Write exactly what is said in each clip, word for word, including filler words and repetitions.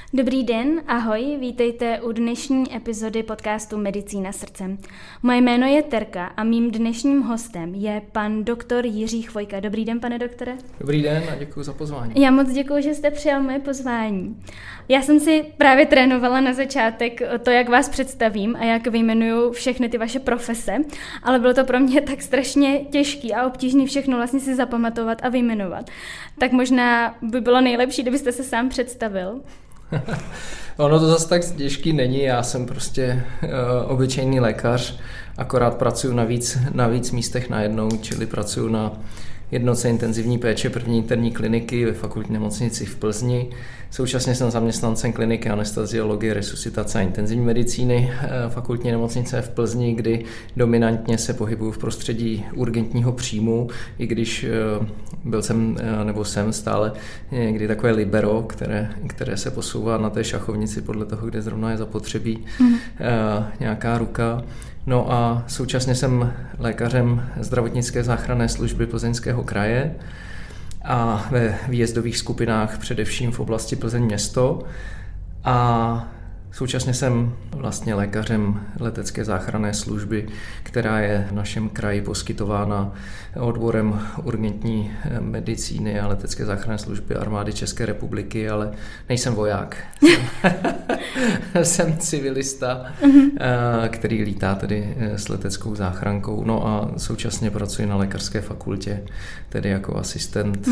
Dobrý den, ahoj, vítejte u dnešní epizody podcastu Medicína srdcem. Moje jméno je Terka a mým dnešním hostem je pan doktor Jiří Chvojka. Dobrý den, pane doktore. Dobrý den a děkuji za pozvání. Já moc děkuji, že jste přijal moje pozvání. Já jsem si právě trénovala na začátek to, jak vás představím a jak vyjmenuju všechny ty vaše profese, ale bylo to pro mě tak strašně těžký a obtížný všechno vlastně si zapamatovat a vyjmenovat. Tak možná by bylo nejlepší, kdybyste se sám představil. Ono to zase tak těžký není, já jsem prostě uh, obyčejný lékař, akorát pracuji na víc, na víc místech najednou, čili pracuji na jednotce intenzivní péče první interní kliniky ve fakultní nemocnici v Plzni. Současně jsem zaměstnancem kliniky anesteziologie, resuscitace a intenzivní medicíny fakultní nemocnice v Plzni, kdy dominantně se pohybuju v prostředí urgentního příjmu, i když byl jsem nebo jsem stále někdy takové libero, které, které se posouvá na té šachovnici podle toho, kde zrovna je zapotřebí mm. nějaká ruka. No a současně jsem lékařem zdravotnické záchranné služby Plzeňského kraje a ve výjezdových skupinách především v oblasti Plzeň město. A současně jsem vlastně lékařem letecké záchranné služby, která je v našem kraji poskytována odborem urgentní medicíny a letecké záchranné služby Armády České republiky, ale nejsem voják. Jsem civilista, který lítá tedy s leteckou záchrankou. No a současně pracuji na lékařské fakultě, tedy jako asistent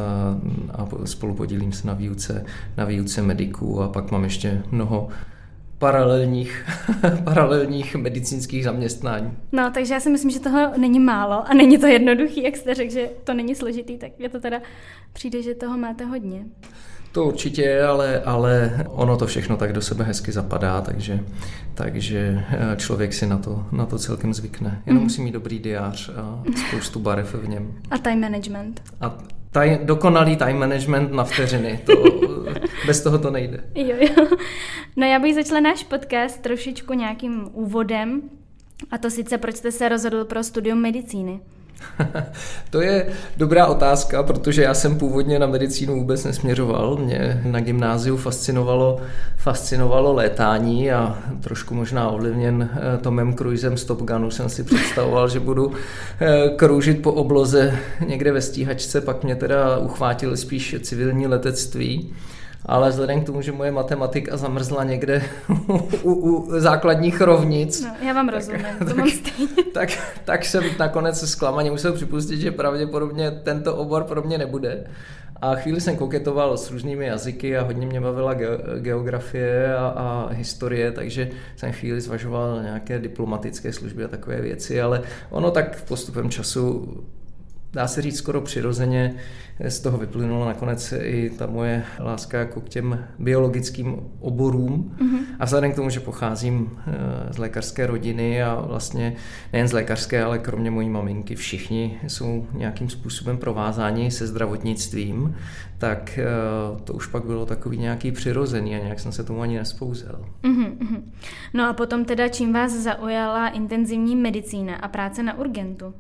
a spolupodílím se na výuce, na výuce mediků a pak mám ještě mnoho paralelních, paralelních medicínských zaměstnání. No, takže já si myslím, že toho není málo a není to jednoduchý, jak jste řekl, že to není složitý, tak mě to teda přijde, že toho máte hodně. To určitě je, ale, ale ono to všechno tak do sebe hezky zapadá, takže, takže člověk si na to, na to celkem zvykne. Jenom mm. musí mít dobrý diář a spoustu barev v něm. A time management. A taj, dokonalý time management na vteřiny. To, bez toho to nejde. Jo, jo. No já bych začala náš podcast trošičku nějakým úvodem, a to sice, proč jste se rozhodl pro studium medicíny. To je dobrá otázka, protože já jsem původně na medicínu vůbec nesměřoval. Mě na gymnáziu fascinovalo, fascinovalo létání a trošku možná ovlivněn Tomem Cruisem z Top Gunu jsem si představoval, že budu kroužit po obloze někde ve stíhačce, pak mě teda uchvátilo spíš civilní letectví. Ale vzhledem k tomu, že moje matematika zamrzla někde u, u základních rovnic. No, já vám rozumím, tak, to mám stejně. Tak, tak jsem nakonec zklamaně musel připustit, že pravděpodobně tento obor pro mě nebude. A chvíli jsem koketoval s různými jazyky a hodně mě bavila geografie a, a historie, takže jsem chvíli zvažoval nějaké diplomatické služby a takové věci, ale ono tak postupem času, dá se říct skoro přirozeně, z toho vyplynula nakonec i ta moje láska jako k těm biologickým oborům. Mm-hmm. A vzhledem k tomu, že pocházím z lékařské rodiny a vlastně nejen z lékařské, ale kromě mojí maminky všichni jsou nějakým způsobem provázáni se zdravotnictvím, tak to už pak bylo takový nějaký přirozený a nějak jsem se tomu ani nespouzel. Mm-hmm. No a potom teda čím vás zaujala intenzivní medicína a práce na urgentu?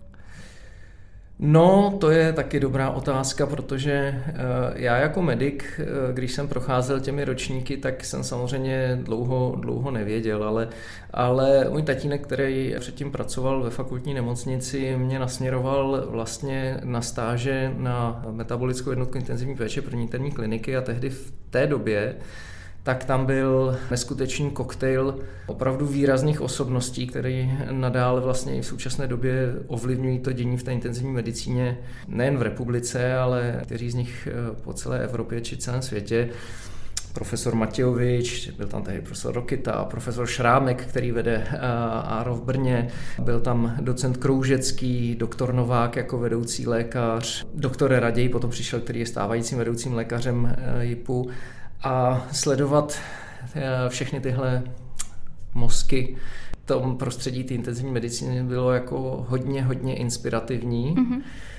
No, to je taky dobrá otázka, protože já jako medik, když jsem procházel těmi ročníky, tak jsem samozřejmě dlouho, dlouho nevěděl, ale, ale můj tatínek, který předtím pracoval ve fakultní nemocnici, mě nasměroval vlastně na stáže na metabolickou jednotku intenzivní péče první interní kliniky a tehdy v té době tak tam byl neskutečný koktejl opravdu výrazných osobností, které nadále vlastně i v současné době ovlivňují to dění v té intenzivní medicíně nejen v republice, ale kteří z nich po celé Evropě či celém světě. Profesor Matějovič, byl tam tady profesor Rokita, profesor Šrámek, který vede á er o v Brně, byl tam docent Kroužecký, doktor Novák jako vedoucí lékař, doktor Raděj potom přišel, který je stávajícím vedoucím lékařem JIPu. A sledovat všechny tyhle mozky v tom prostředí té intenzivní medicíny bylo jako hodně, hodně inspirativní. Mm-hmm.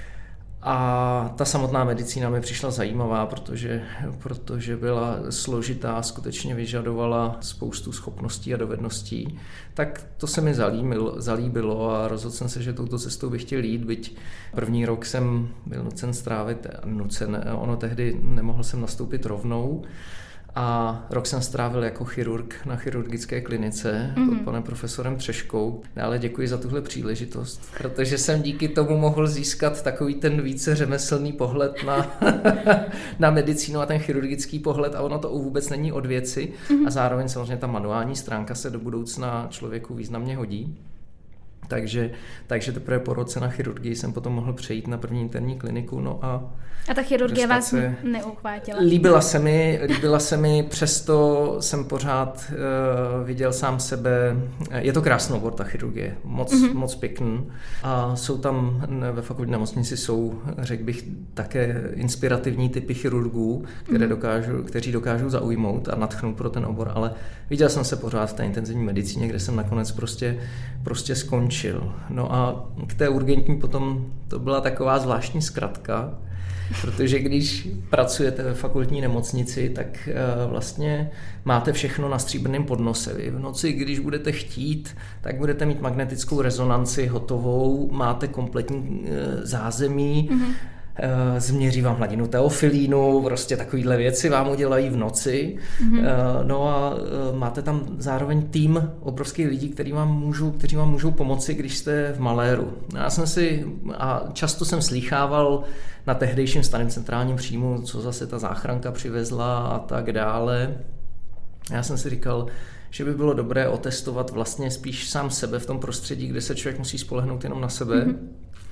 A ta samotná medicína mi přišla zajímavá, protože, protože byla složitá, skutečně vyžadovala spoustu schopností a dovedností. Tak to se mi zalíbilo, zalíbilo a rozhodl jsem se, že touto cestou bych chtěl jít, byť první rok jsem byl nucen strávit, nucen, ono tehdy nemohl jsem nastoupit rovnou, a rok jsem strávil jako chirurg na chirurgické klinice mm-hmm. pod panem profesorem Třeškou. Ale děkuji za tuhle příležitost, protože jsem díky tomu mohl získat takový ten více řemeslný pohled na, na medicínu a ten chirurgický pohled a ono to vůbec není od věci mm-hmm. a zároveň samozřejmě ta manuální stránka se do budoucna člověku významně hodí. Takže, takže teprve po roce na chirurgii jsem potom mohl přejít na první interní kliniku. No a, a ta chirurgie vás se... neuchvátila? Líbila se mi, líbila se mi, přesto jsem pořád uh, viděl sám sebe. Je to krásný obor, ta chirurgie, moc, mm-hmm. moc pěkný. A jsou tam ve fakultní nemocnici jsou, řekl bych, také inspirativní typy chirurgů, které mm-hmm. dokážu, kteří dokážou zaujmout a nadchnout pro ten obor, ale viděl jsem se pořád v té intenzivní medicíně, kde jsem nakonec prostě, prostě skončil. No a k té urgentní potom to byla taková zvláštní zkratka, protože když pracujete ve fakultní nemocnici, tak vlastně máte všechno na stříbrném podnose. Vy v noci, když budete chtít, tak budete mít magnetickou rezonanci hotovou, máte kompletní zázemí, mm-hmm. změří vám hladinu teofilínu, prostě takovýhle věci vám udělají v noci. Mm-hmm. No a máte tam zároveň tým obrovských lidí, kteří vám můžou, kteří vám můžou pomoci, když jste v maléru. Já jsem si, a často jsem slýchával na tehdejším starém centrálním příjmu, co zase ta záchranka přivezla a tak dále. Já jsem si říkal, že by bylo dobré otestovat vlastně spíš sám sebe v tom prostředí, kde se člověk musí spolehnout jenom na sebe. Mm-hmm.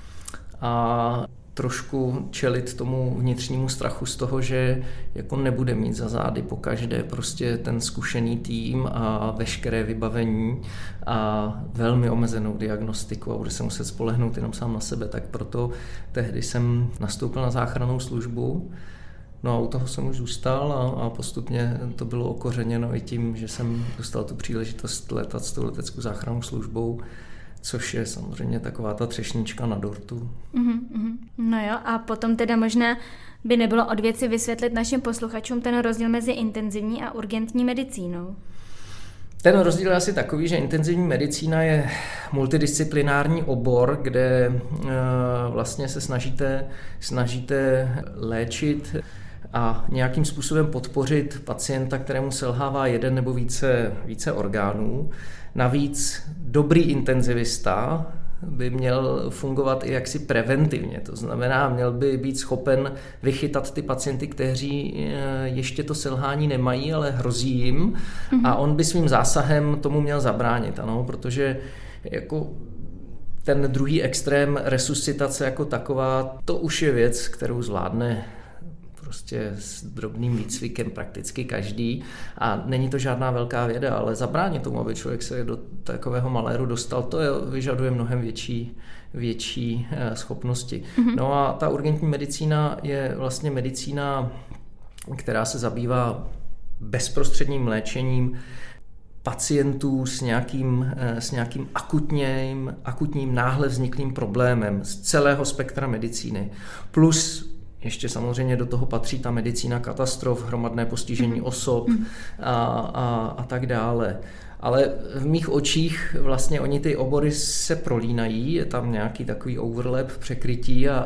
A trošku čelit tomu vnitřnímu strachu z toho, že jako nebude mít za zády pokaždé prostě ten zkušený tým a veškeré vybavení a velmi omezenou diagnostiku a bude se muset spolehnout jenom sám na sebe. Tak proto tehdy jsem nastoupil na záchrannou službu. No a u toho jsem už zůstal a, a postupně to bylo okořeněno i tím, že jsem dostal tu příležitost letat s tou leteckou záchrannou službou, což je samozřejmě taková ta třešnička na dortu. Mm-hmm. No jo, a potom teda možná by nebylo od věci vysvětlit našim posluchačům ten rozdíl mezi intenzivní a urgentní medicínou. Ten rozdíl je asi takový, že intenzivní medicína je multidisciplinární obor, kde e, vlastně se snažíte, snažíte léčit a nějakým způsobem podpořit pacienta, kterému selhává jeden nebo více, více orgánů. Navíc dobrý intenzivista by měl fungovat i jaksi preventivně, to znamená, měl by být schopen vychytat ty pacienty, kteří ještě to selhání nemají, ale hrozí jim mm-hmm. a on by svým zásahem tomu měl zabránit, ano, protože jako ten druhý extrém resuscitace jako taková, to už je věc, kterou zvládne prostě s drobným výcvikem prakticky každý a není to žádná velká věda, ale zabránit tomu, aby člověk se do takového maléru dostal, to je, vyžaduje mnohem větší, větší schopnosti. Mm-hmm. No a ta urgentní medicína je vlastně medicína, která se zabývá bezprostředním léčením pacientů s nějakým, s nějakým akutním, akutním náhle vzniklým problémem z celého spektra medicíny. Plus ještě samozřejmě do toho patří ta medicína katastrof, hromadné postižení osob a, a, a tak dále. Ale v mých očích vlastně oni ty obory se prolínají, je tam nějaký takový overlap, překrytí a, a,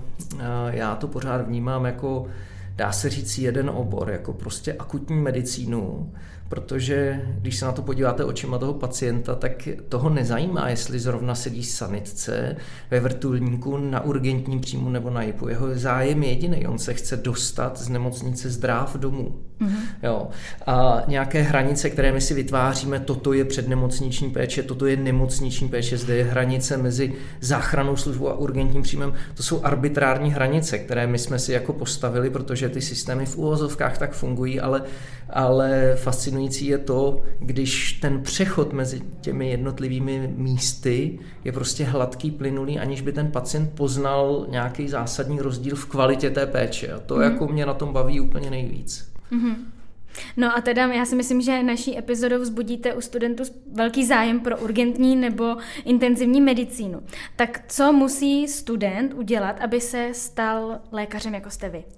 a já to pořád vnímám jako, dá se říct, jeden obor, jako prostě akutní medicínu, protože když se na to podíváte očima toho pacienta, tak toho nezajímá, jestli zrovna sedí sanitce ve vrtulníku na urgentním příjmu nebo na jipu. Jeho zájem je jediný, on se chce dostat z nemocnice zdráv domů. Mm-hmm. Jo. A nějaké hranice, které my si vytváříme, toto je přednemocniční péče, toto je nemocniční péče, zde je hranice mezi záchrannou službou a urgentním příjmem, to jsou arbitrární hranice, které my jsme si jako postavili, protože ty systémy v uvozovkách tak fungují, ale, ale fascinující je to, když ten přechod mezi těmi jednotlivými místy je prostě hladký, plynulý, aniž by ten pacient poznal nějaký zásadní rozdíl v kvalitě té péče. A to mm. jako mě na tom baví úplně nejvíc. Mm-hmm. No a teda já si myslím, že naší epizodou vzbudíte u studentů velký zájem pro urgentní nebo intenzivní medicínu. Tak co musí student udělat, aby se stal lékařem, jako jste vy?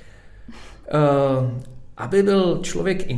Uh, aby byl člověk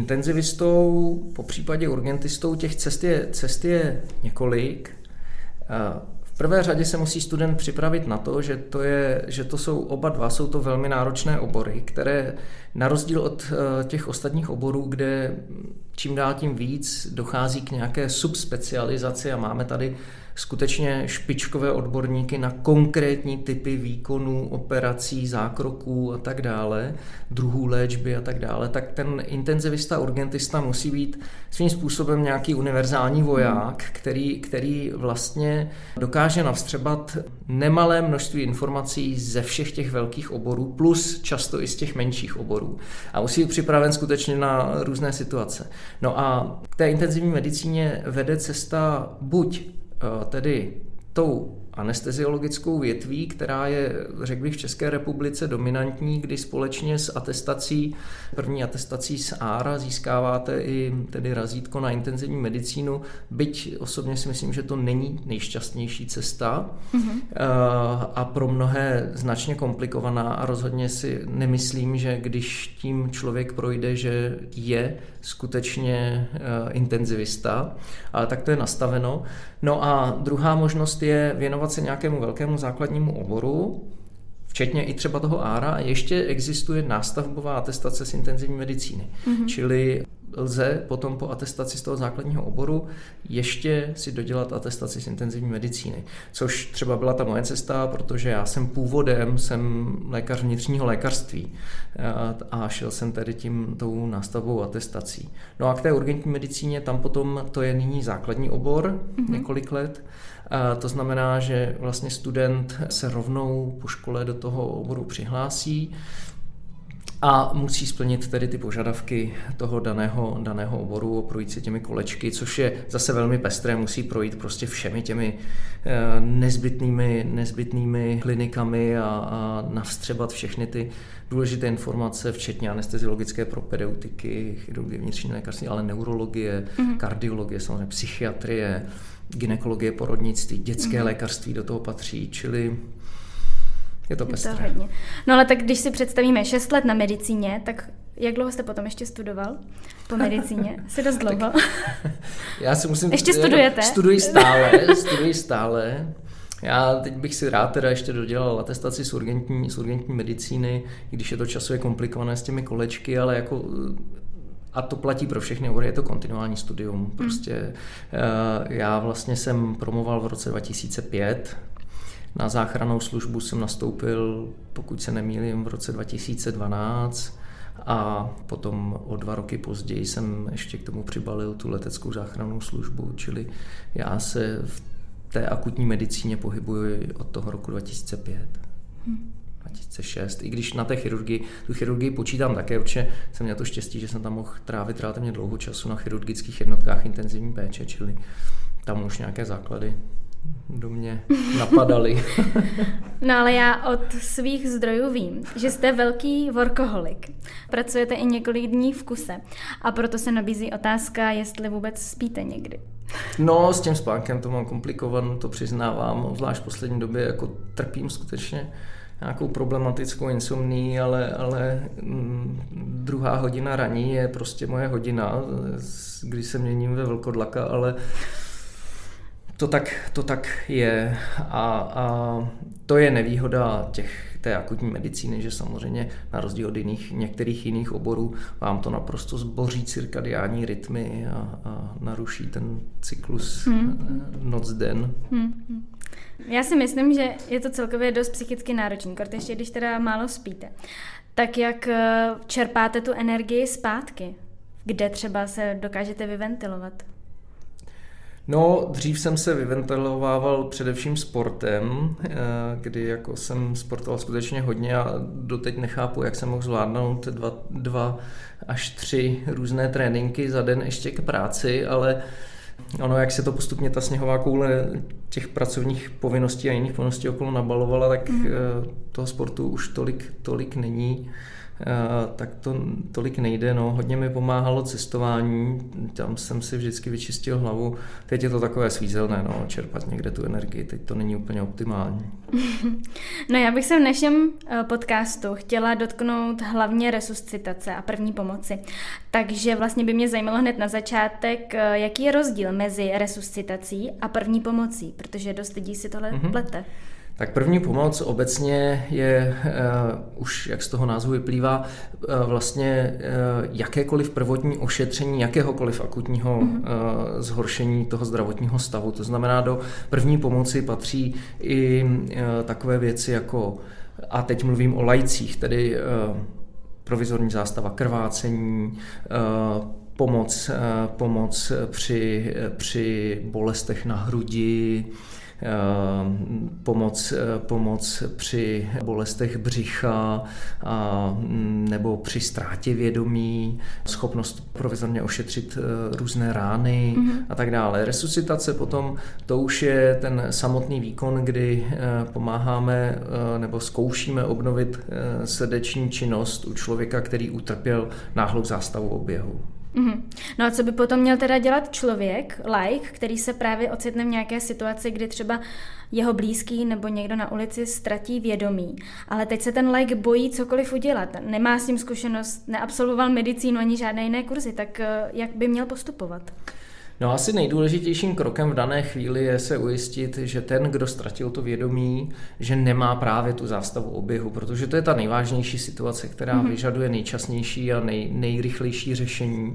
intenzivistou, po případě urgentistou, těch cest je, cest je několik. Uh, V prvé řadě se musí student připravit na to, že to, je, že to jsou oba dva, jsou to velmi náročné obory, které na rozdíl od těch ostatních oborů, kde čím dál tím víc dochází k nějaké subspecializaci a máme tady skutečně špičkové odborníky na konkrétní typy výkonů, operací, zákroků a tak dále, druhů léčby a tak dále, tak ten intenzivista, urgentista musí být svým způsobem nějaký univerzální voják, který, který vlastně dokáže navstřebat nemalé množství informací ze všech těch velkých oborů, plus často i z těch menších oborů. A musí být připraven skutečně na různé situace. No a k té intenzivní medicíně vede cesta buď tedy tou anesteziologickou větví, která je, řekl bych, v České republice dominantní, kdy společně s atestací, první atestací z á er á získáváte i tedy razítko na intenzivní medicínu, byť osobně si myslím, že to není nejšťastnější cesta mm-hmm. a pro mnohé značně komplikovaná a rozhodně si nemyslím, že když tím člověk projde, že je skutečně intenzivista, ale tak to je nastaveno. No a druhá možnost je věnovat se nějakému velkému základnímu oboru, včetně i třeba toho á er á, a ještě existuje nástavbová atestace z intenzivní medicíny. Mm-hmm. Čili lze potom po atestaci z toho základního oboru ještě si dodělat atestaci z intenzivní medicíny. Což třeba byla ta moje cesta, protože já jsem původem, jsem lékař vnitřního lékařství a šel jsem tedy tím tou nástavbovou atestací. No a k té urgentní medicíně, tam potom to je nyní základní obor, mm-hmm. několik let. A to znamená, že vlastně student se rovnou po škole do toho oboru přihlásí a musí splnit tedy ty požadavky toho daného, daného oboru, projít si těmi kolečky, což je zase velmi pestré, musí projít prostě všemi těmi nezbytnými, nezbytnými klinikami a, a navstřebat všechny ty důležité informace, včetně anesteziologické propedeutiky, chirurgie vnitřní lékařství, ale neurologie, mm-hmm. kardiologie, samozřejmě psychiatrie, gynekologie, porodnictví, dětské mm-hmm. lékařství do toho patří, čili je to pestré. Je to hodně. No ale tak když si představíme šest let na medicíně, tak jak dlouho jste potom ještě studoval po medicíně? Asi dost dlouho. Já si musím... Ještě studujete? Studuji stále, studuji stále. Já teď bych si rád teda ještě dodělal atestaci z urgentní, z urgentní medicíny, když je to časově komplikované s těmi kolečky, ale jako... A to platí pro všechny obory, je to kontinuální studium. Prostě mm. já vlastně jsem promoval v roce dva tisíce pět, na záchrannou službu jsem nastoupil, pokud se nemýlím, v roce dva tisíce dvanáct a potom o dva roky později jsem ještě k tomu přibalil tu leteckou záchrannou službu, čili já se v té akutní medicíně pohybuji od toho roku dva tisíce pět. Hmm. dva tisíce šest, i když na té chirurgii, tu chirurgii počítám také, určitě jsem měl to štěstí, že jsem tam mohl trávit relativně dlouho času na chirurgických jednotkách intenzivní péče, čili tam už nějaké základy do mě napadaly. No ale já od svých zdrojů vím, že jste velký workoholik. Pracujete i několik dní v kuse a proto se nabízí otázka, jestli vůbec spíte někdy. No, s tím spánkem to mám komplikované, to přiznávám, zvlášť v poslední době jako trpím skutečně nějakou problematickou insomní, ale, ale mm, druhá hodina raní je prostě moje hodina, kdy se měním ve vlkodlaka, ale to tak, to tak je a, a to je nevýhoda těch, té akutní medicíny, že samozřejmě na rozdíl od jiných, některých jiných oborů vám to naprosto zboří cirkadiální rytmy a, a naruší ten cyklus hmm. noc-den. Hmm. Já si myslím, že je to celkově dost psychicky náročný, ještě když teda málo spíte. Tak jak čerpáte tu energii zpátky? Kde třeba se dokážete vyventilovat? No, dřív jsem se vyventilovával především sportem, kdy jako jsem sportoval skutečně hodně a doteď nechápu, jak jsem mohl zvládnout dva, dva až tři různé tréninky za den ještě k práci, ale ono, jak se to postupně ta sněhová koule těch pracovních povinností a jiných povinností okolo nabalovala, tak mm. toho sportu už tolik, tolik není. tak to tolik nejde. No. Hodně mi pomáhalo cestování, tam jsem si vždycky vyčistil hlavu. Teď je to takové svízelné, no, čerpat někde tu energii, teď to není úplně optimální. No já bych se v našem podcastu chtěla dotknout hlavně resuscitace a první pomoci. Takže vlastně by mě zajímalo hned na začátek, jaký je rozdíl mezi resuscitací a první pomocí, protože dost lidí si tohle mm-hmm. plete. Tak první pomoc obecně je, uh, už jak z toho názvu vyplývá, uh, vlastně uh, jakékoliv prvotní ošetření jakéhokoliv akutního uh, zhoršení toho zdravotního stavu. To znamená, do první pomoci patří i uh, takové věci jako, a teď mluvím o laicích, tedy uh, provizorní zástava krvácení, uh, pomoc, uh, pomoc při, při bolestech na hrudi, Pomoc, pomoc při bolestech břicha a, nebo při ztrátě vědomí, schopnost provizorně ošetřit různé rány mm-hmm. a tak dále. Resuscitace potom, to už je ten samotný výkon, kdy pomáháme nebo zkoušíme obnovit srdeční činnost u člověka, který utrpěl náhlou zástavu oběhu. Mm-hmm. No a co by potom měl teda dělat člověk, laik, který se právě ocitne v nějaké situaci, kdy třeba jeho blízký nebo někdo na ulici ztratí vědomí, ale teď se ten laik bojí cokoliv udělat, nemá s tím zkušenost, neabsolvoval medicínu ani žádné jiné kurzy, tak jak by měl postupovat? No asi nejdůležitějším krokem v dané chvíli je se ujistit, že ten, kdo ztratil to vědomí, že nemá právě tu zástavu oběhu, protože to je ta nejvážnější situace, která mm-hmm. vyžaduje nejčasnější a nej, nejrychlejší řešení.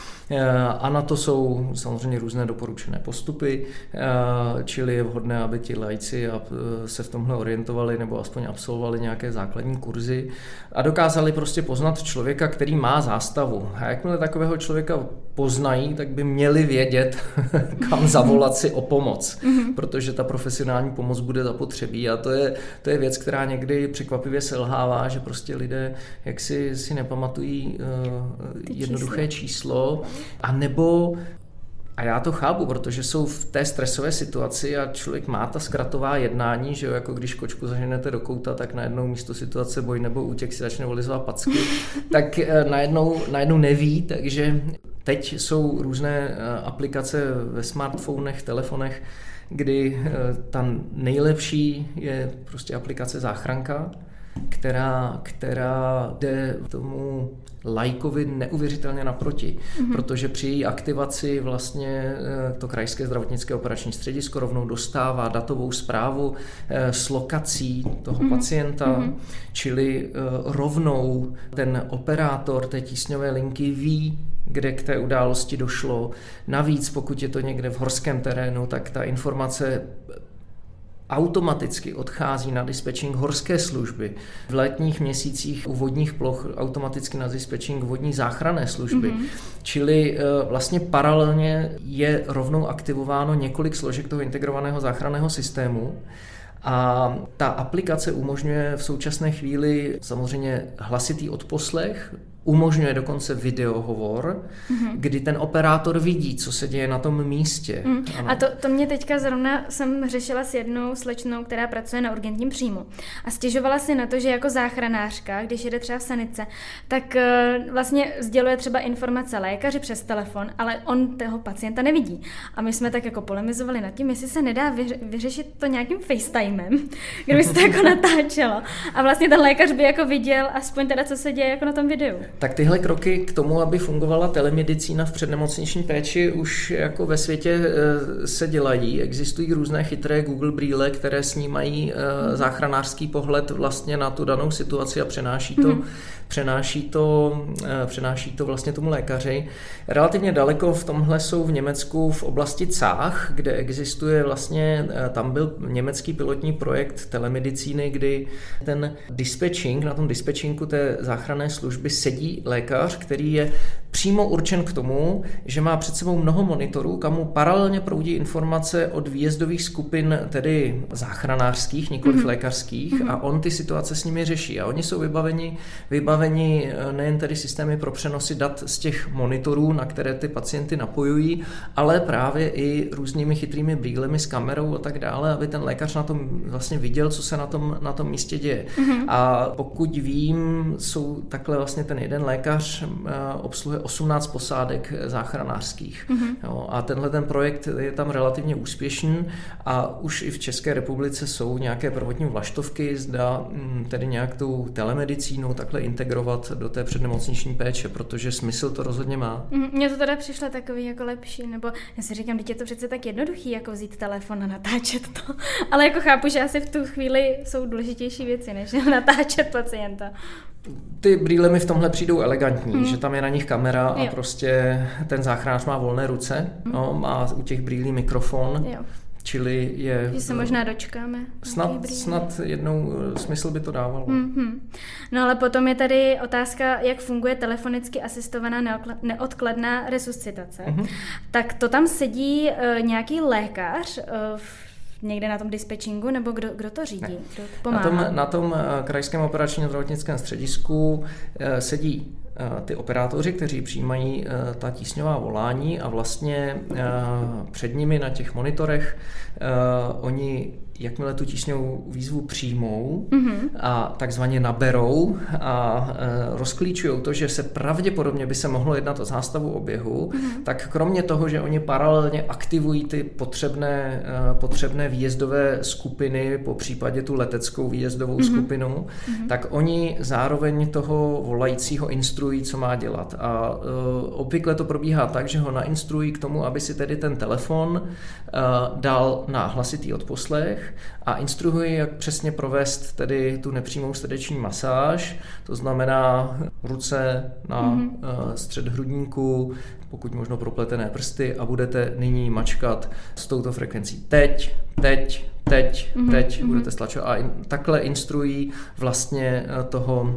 A na to jsou samozřejmě různé doporučené postupy, čili je vhodné, aby ti laici se v tomhle orientovali nebo aspoň absolvovali nějaké základní kurzy a dokázali prostě poznat člověka, který má zástavu. A jakmile takového člověka poznají, tak by měli vědět, kam zavolat si o pomoc, protože ta profesionální pomoc bude zapotřebí a to je, to je věc, která někdy překvapivě selhává, že prostě lidé jaksi si nepamatují uh, jednoduché číslo, a nebo, a já to chápu, protože jsou v té stresové situaci a člověk má ta zkratová jednání, že jo, jako když kočku zaženete do kouta, tak najednou místo situace boj nebo útěk si začne volizovat packy, tak najednou, najednou neví, takže teď jsou různé aplikace ve smartfonech, telefonech, kdy ta nejlepší je prostě aplikace Záchranka, která, která jde tomu laikovi neuvěřitelně naproti, mm-hmm. protože při její aktivaci vlastně to Krajské zdravotnické operační středisko rovnou dostává datovou zprávu s lokací toho mm-hmm. pacienta, mm-hmm. čili rovnou ten operátor té tísňové linky ví, kde k té události došlo. Navíc, pokud je to někde v horském terénu, tak ta informace automaticky odchází na dispečing horské služby. V letních měsících u vodních ploch automaticky na dispečing vodní záchranné služby. Mm-hmm. Čili vlastně paralelně je rovnou aktivováno několik složek toho integrovaného záchranného systému. A ta aplikace umožňuje v současné chvíli samozřejmě hlasitý odposlech, umožňuje dokonce videohovor, mm-hmm. kdy ten operátor vidí, co se děje na tom místě. Mm. A to, to mě teďka zrovna jsem řešila s jednou slečnou, která pracuje na urgentním příjmu. A stěžovala si na to, že jako záchranářka, když jede třeba v sanice, tak uh, vlastně sděluje třeba informace lékaři přes telefon, ale on toho pacienta nevidí. A my jsme tak jako polemizovali nad tím, jestli se nedá vyř- vyřešit to nějakým FaceTimem, kdyby se to jako natáčelo. A vlastně ten lékař by jako viděl aspoň teda, co se děje jako na tom videu. Tak tyhle kroky k tomu, aby fungovala telemedicína v přednemocniční péči, už jako ve světě se dělají. Existují různé chytré Google brýle, které snímají záchranářský pohled vlastně na tu danou situaci a přenáší to, mm-hmm. přenáší to, přenáší to vlastně tomu lékaři. Relativně daleko v tomhle jsou v Německu v oblasti Cách, kde existuje vlastně, tam byl německý pilotní projekt telemedicíny, kdy ten dispečing, na tom dispečinku té záchranné služby sedí lékař, který je přímo určen k tomu, že má před sebou mnoho monitorů, kam mu paralelně proudí informace od výjezdových skupin, tedy záchranářských, nikoliv mm-hmm. lékařských, mm-hmm. a on ty situace s nimi řeší. A oni jsou vybaveni, vybaveni nejen tedy systémy pro přenosy dat z těch monitorů, na které ty pacienty napojují, ale právě i různými chytrými brýlemi s kamerou a tak dále, aby ten lékař na tom vlastně viděl, co se na tom, na tom místě děje. Mm-hmm. A pokud vím, jsou takhle vlastně ten jeden lékař obsluhuje osmnáct posádek záchranářských. Mm-hmm. Jo, a tenhle ten projekt je tam relativně úspěšný a už i v České republice jsou nějaké prvotní vlaštovky, zda tedy nějak tu telemedicínu takhle integrovat do té přednemocniční péče, protože smysl to rozhodně má. Mně to teda přišlo takový jako lepší, nebo já si říkám, teď je to přece tak jednoduchý, jako vzít telefon a natáčet to, ale jako chápu, že asi v tu chvíli jsou důležitější věci, než natáčet pacienta. Ty brýle mi v tomhle přijdou elegantní, mm. že tam je na nich kamera a jo. prostě ten záchranář má volné ruce, mm. no, má u těch brýlí mikrofon, jo. čili je... Že se možná dočkáme. Snad, snad jednou smysl by to dávalo. Mm-hmm. No ale potom je tady otázka, jak funguje telefonicky asistovaná neodkladná resuscitace. Mm-hmm. Tak to tam sedí uh, nějaký lékař uh, někde na tom dispečingu, nebo kdo, kdo to řídí? Kdo pomáhá? Na tom, na tom krajském operačním zdravotnickém středisku uh, sedí uh, ty operátoři, kteří přijímají uh, ta tísňová volání a vlastně uh, před nimi na těch monitorech uh, oni jakmile tu tísňovou výzvu přijmou mm-hmm. a takzvaně naberou a e, rozklíčujou to, že se pravděpodobně by se mohlo jednat o zástavu oběhu, mm-hmm. tak kromě toho, že oni paralelně aktivují ty potřebné, e, potřebné výjezdové skupiny, po případě tu leteckou výjezdovou mm-hmm. skupinu, mm-hmm. tak oni zároveň toho volajícího instruují, co má dělat. A e, obvykle to probíhá tak, že ho nainstruují k tomu, aby si tedy ten telefon e, dal na hlasitý odposlech a instruuji, jak přesně provést tedy tu nepřímou srdeční masáž, to znamená ruce na mm-hmm. střed hrudníku, pokud možno propletené prsty a budete nyní mačkat s touto frekvencí. Teď, teď, teď, mm-hmm. teď mm-hmm. budete stlačovat a in, takhle instruují vlastně toho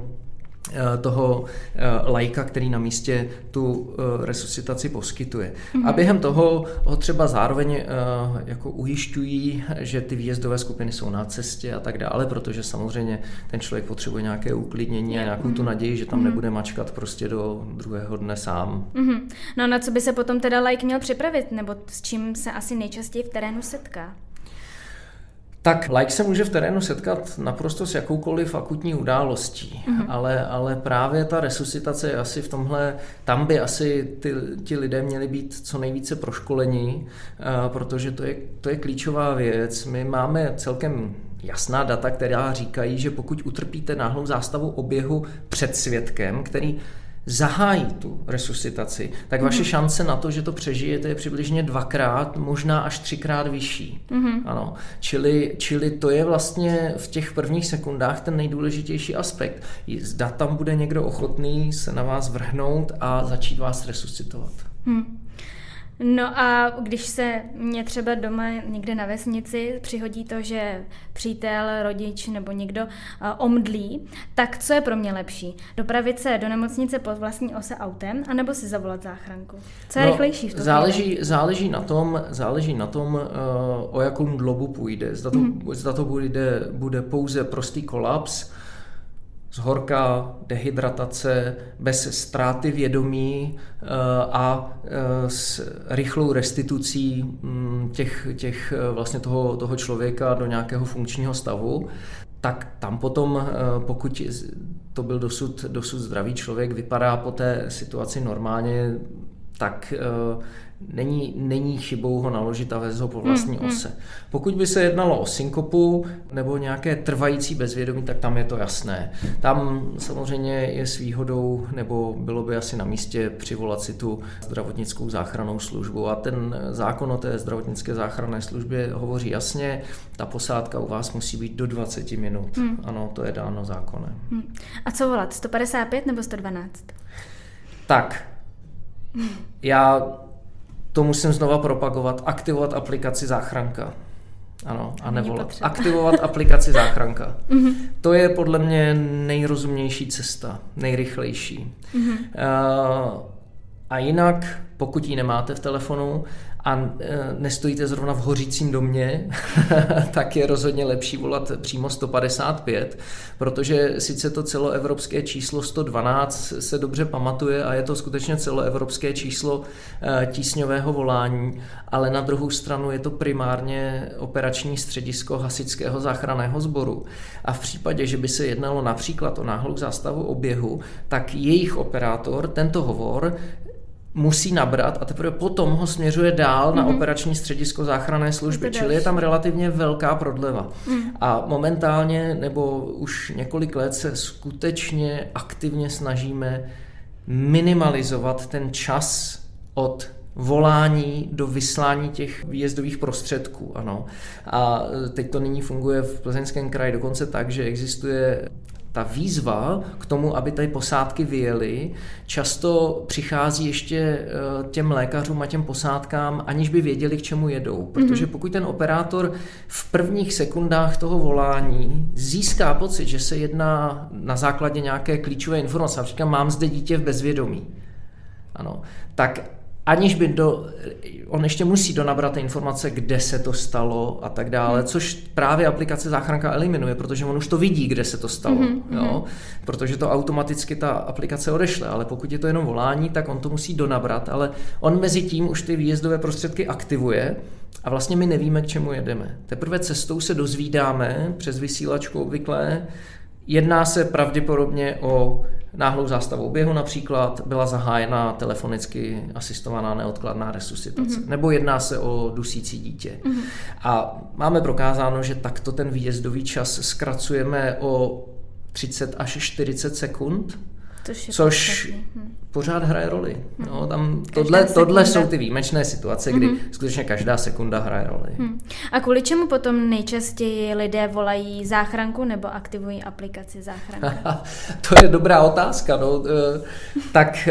toho laika, který na místě tu resuscitaci poskytuje. Mm-hmm. A během toho ho třeba zároveň jako ujišťují, že ty výjezdové skupiny jsou na cestě a tak dále, protože samozřejmě ten člověk potřebuje nějaké uklidnění a nějakou tu naději, že tam mm-hmm. nebude mačkat prostě do druhého dne sám. Mm-hmm. No na co by se potom teda laik měl připravit, nebo s čím se asi nejčastěji v terénu setká? Tak laik se může v terénu setkat naprosto s jakoukoliv akutní událostí, mm-hmm. ale, ale právě ta resuscitace je asi v tomhle, tam by asi ty, ti lidé měli být co nejvíce proškolení, uh, protože to je, to je klíčová věc. My máme celkem jasná data, která říkají, že pokud utrpíte náhlou zástavu oběhu před svědkem, který zahájí tu resuscitaci, tak vaše mm-hmm. šance na to, že to přežijete, je přibližně dvakrát, možná až třikrát vyšší. Mm-hmm. Ano. Čili, čili to je vlastně v těch prvních sekundách ten nejdůležitější aspekt. Zda tam bude někdo ochotný se na vás vrhnout a začít vás resuscitovat. Hmm. No a když se mě třeba doma někde na vesnici přihodí to, že přítel, rodič nebo někdo uh, omdlí, tak co je pro mě lepší? Dopravit se do nemocnice po vlastní ose autem, anebo si zavolat záchranku? Co je no, rychlejší v tom? Záleží, záleží na tom, záleží na tom uh, o jakou dlobu půjde. Zda to, mm. zda to bude, bude pouze prostý kolaps, zhorka, dehydratace, bez ztráty vědomí a s rychlou restitucí těch, těch vlastně toho, toho člověka do nějakého funkčního stavu, tak tam potom, pokud to byl dosud, dosud zdravý člověk, vypadá po té situaci normálně, tak není, není chybou ho naložit a vést ho po vlastní hmm, ose. Pokud by se jednalo o synkopu nebo nějaké trvající bezvědomí, tak tam je to jasné. Tam samozřejmě je s výhodou, nebo bylo by asi na místě přivolat si tu zdravotnickou záchrannou službu. A ten zákon o té zdravotnické záchranné službě hovoří jasně, ta posádka u vás musí být do dvacet minut. Hmm. Ano, to je dáno zákonem. Hmm. A co volat? sto padesát pět nebo sto dvanáct? Tak, já to musím znova propagovat, aktivovat aplikaci záchranka. Ano, a nevolat. Aktivovat aplikaci záchranka. Mm-hmm. To je podle mě nejrozumnější cesta, nejrychlejší. Mm-hmm. Uh, A jinak, pokud ji nemáte v telefonu a nestojíte zrovna v hořícím domě, tak je rozhodně lepší volat přímo sto padesát pět, protože sice to celoevropské číslo sto dvanáct se dobře pamatuje a je to skutečně celoevropské číslo tísňového volání, ale na druhou stranu je to primárně operační středisko hasičského záchranného sboru. A v případě, že by se jednalo například o náhlou zástavu oběhu, tak jejich operátor tento hovor musí nabrat a teprve potom ho směřuje dál mm-hmm. na operační středisko záchranné služby, čili je tam relativně velká prodleva. Mm. A momentálně nebo už několik let se skutečně aktivně snažíme minimalizovat ten čas od volání do vyslání těch výjezdových prostředků. Ano. A teď to nyní funguje v Plzeňském kraji dokonce tak, že existuje ta výzva k tomu, aby tady posádky vyjely, často přichází ještě těm lékařům a těm posádkám, aniž by věděli, k čemu jedou. Protože pokud ten operátor v prvních sekundách toho volání získá pocit, že se jedná na základě nějaké klíčové informace, například mám zde dítě v bezvědomí, ano, tak aniž by do, on ještě musí donabrat informace, kde se to stalo a tak dále, což právě aplikace Záchranka eliminuje, protože on už to vidí, kde se to stalo, mm-hmm. jo? Protože to automaticky ta aplikace odešle, ale pokud je to jenom volání, tak on to musí donabrat, ale on mezi tím už ty výjezdové prostředky aktivuje a vlastně my nevíme, k čemu jedeme. Teprve cestou se dozvídáme přes vysílačku obvykle, jedná se pravděpodobně o náhlou zástavu oběhu například, byla zahájena telefonicky asistovaná neodkladná resuscitace. Mm-hmm. Nebo jedná se o dusící dítě. Mm-hmm. A máme prokázáno, že takto ten výjezdový čas zkracujeme o třicet až čtyřicet sekund, což pořád hraje roli. No, tam tohle, tohle jsou ty výjimečné situace, kdy mm-hmm. skutečně každá sekunda hraje roli. Mm. A kvůli čemu potom nejčastěji lidé volají záchranku nebo aktivují aplikaci záchranka? To je dobrá otázka. No. Tak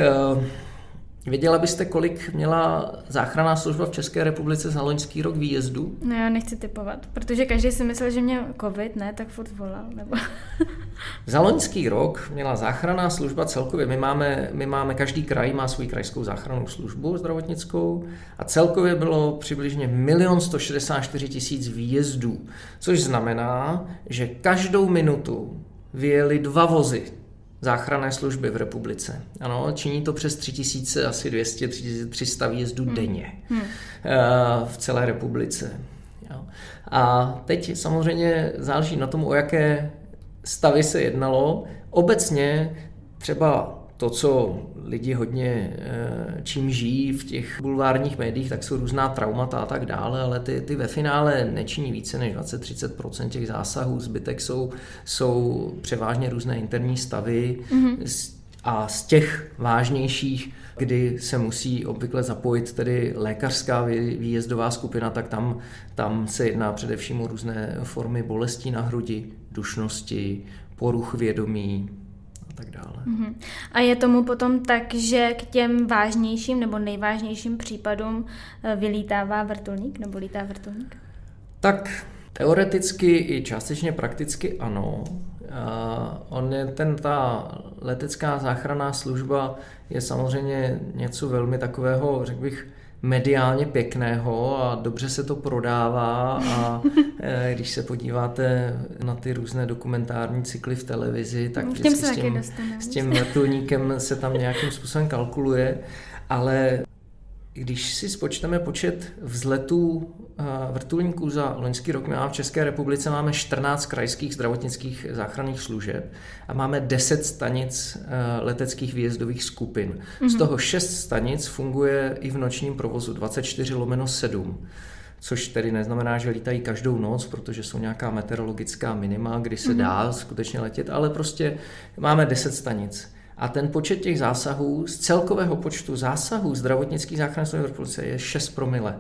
věděla byste, kolik měla záchranná služba v České republice za loňský rok výjezdu? No já nechci typovat, protože každý si myslel, že mě covid, ne, tak furt volal. Nebo... Za loňský rok měla záchranná služba celkově, my máme, my máme, každý kraj má svou krajskou záchrannou službu zdravotnickou a celkově bylo přibližně milion sto šedesát čtyři tisíc výjezdů, což znamená, že každou minutu vyjeli dva vozy záchranné služby v republice. Ano, činí to přes tři tisíce, asi dvě stě, tři sta výjezdů hmm. denně hmm. v celé republice. A teď samozřejmě záleží na tom, o jaké stavy se jednalo. Obecně třeba to, co lidi hodně čím žijí v těch bulvárních médiích, tak jsou různá traumata a tak dále, ale ty, ty ve finále nečiní více než dvacet až třicet procent těch zásahů. Zbytek jsou, jsou převážně různé interní stavy mm-hmm. a z těch vážnějších, kdy se musí obvykle zapojit tedy lékařská výjezdová skupina, tak tam, tam se jedná především o různé formy bolestí na hrudi, dušnosti, poruch vědomí, tak dále. Uhum. A je tomu potom tak, že k těm vážnějším nebo nejvážnějším případům vylítává vrtulník nebo lítá vrtulník? Tak teoreticky i částečně prakticky ano. Uh, on je ten, ta letecká záchranná služba je samozřejmě něco velmi takového, řekl bych, mediálně pěkného a dobře se to prodává a když se podíváte na ty různé dokumentární cykly v televizi, tak vždycky s tím, s tím vrtulníkem se tam nějakým způsobem kalkuluje, ale když si spočteme počet vzletů vrtulníků za loňský rok, my máme v České republice máme čtrnáct krajských zdravotnických záchranných služeb a máme deset stanic leteckých výjezdových skupin. Mm-hmm. Z toho šest stanic funguje i v nočním provozu dvacet čtyři lomeno sedm, což tedy neznamená, že lítají každou noc, protože jsou nějaká meteorologická minima, kdy se mm-hmm. dá skutečně letět, ale prostě máme deset stanic. A ten počet těch zásahů z celkového počtu zásahů zdravotnických záchranných služeb v republice je šest promile.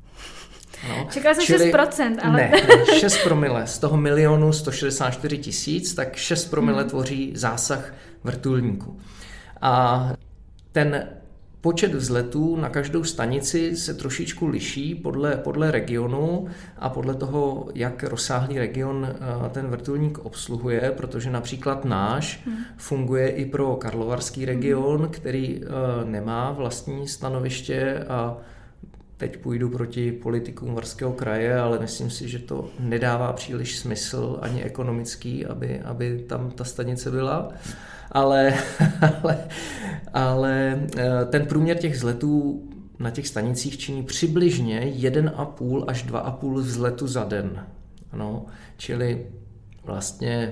No. Čekala jsem šest procent, ale... Ne, šest promile. Z toho milionu sto šedesát čtyři tisíc, tak šest promile hmm. tvoří zásah vrtulníku. A ten počet vzletů na každou stanici se trošičku liší podle, podle regionu a podle toho, jak rozsáhlý region ten vrtulník obsluhuje, protože například náš hmm. funguje i pro Karlovarský region, hmm. který nemá vlastní stanoviště a teď půjdu proti politikům Varského kraje, ale myslím si, že to nedává příliš smysl ani ekonomický, aby, aby tam ta stanice byla. Ale, ale, ale ten průměr těch vzletů na těch stanicích činí přibližně jeden a půl až dva a půl vzletu za den. Ano, čili vlastně...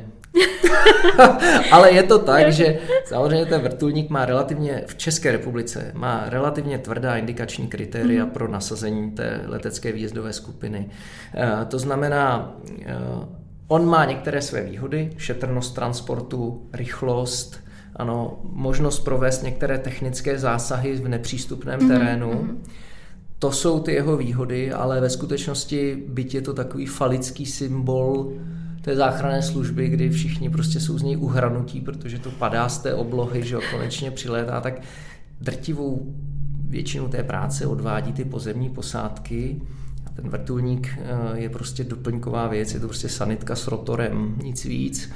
Ale je to tak, že samozřejmě ten vrtulník má relativně, v České republice, má relativně tvrdá indikační kritéria mm. pro nasazení té letecké výjezdové skupiny. To znamená, on má některé své výhody, šetrnost transportu, rychlost, ano, možnost provést některé technické zásahy v nepřístupném mm. terénu. Mm. To jsou ty jeho výhody, ale ve skutečnosti, byť je to takový falický symbol té záchranné služby, kdy všichni prostě jsou z něj uhranutí, protože to padá z té oblohy, že konečně přilétá, tak drtivou většinu té práce odvádí ty pozemní posádky. A ten vrtulník je prostě doplňková věc, je to prostě sanitka s rotorem, nic víc.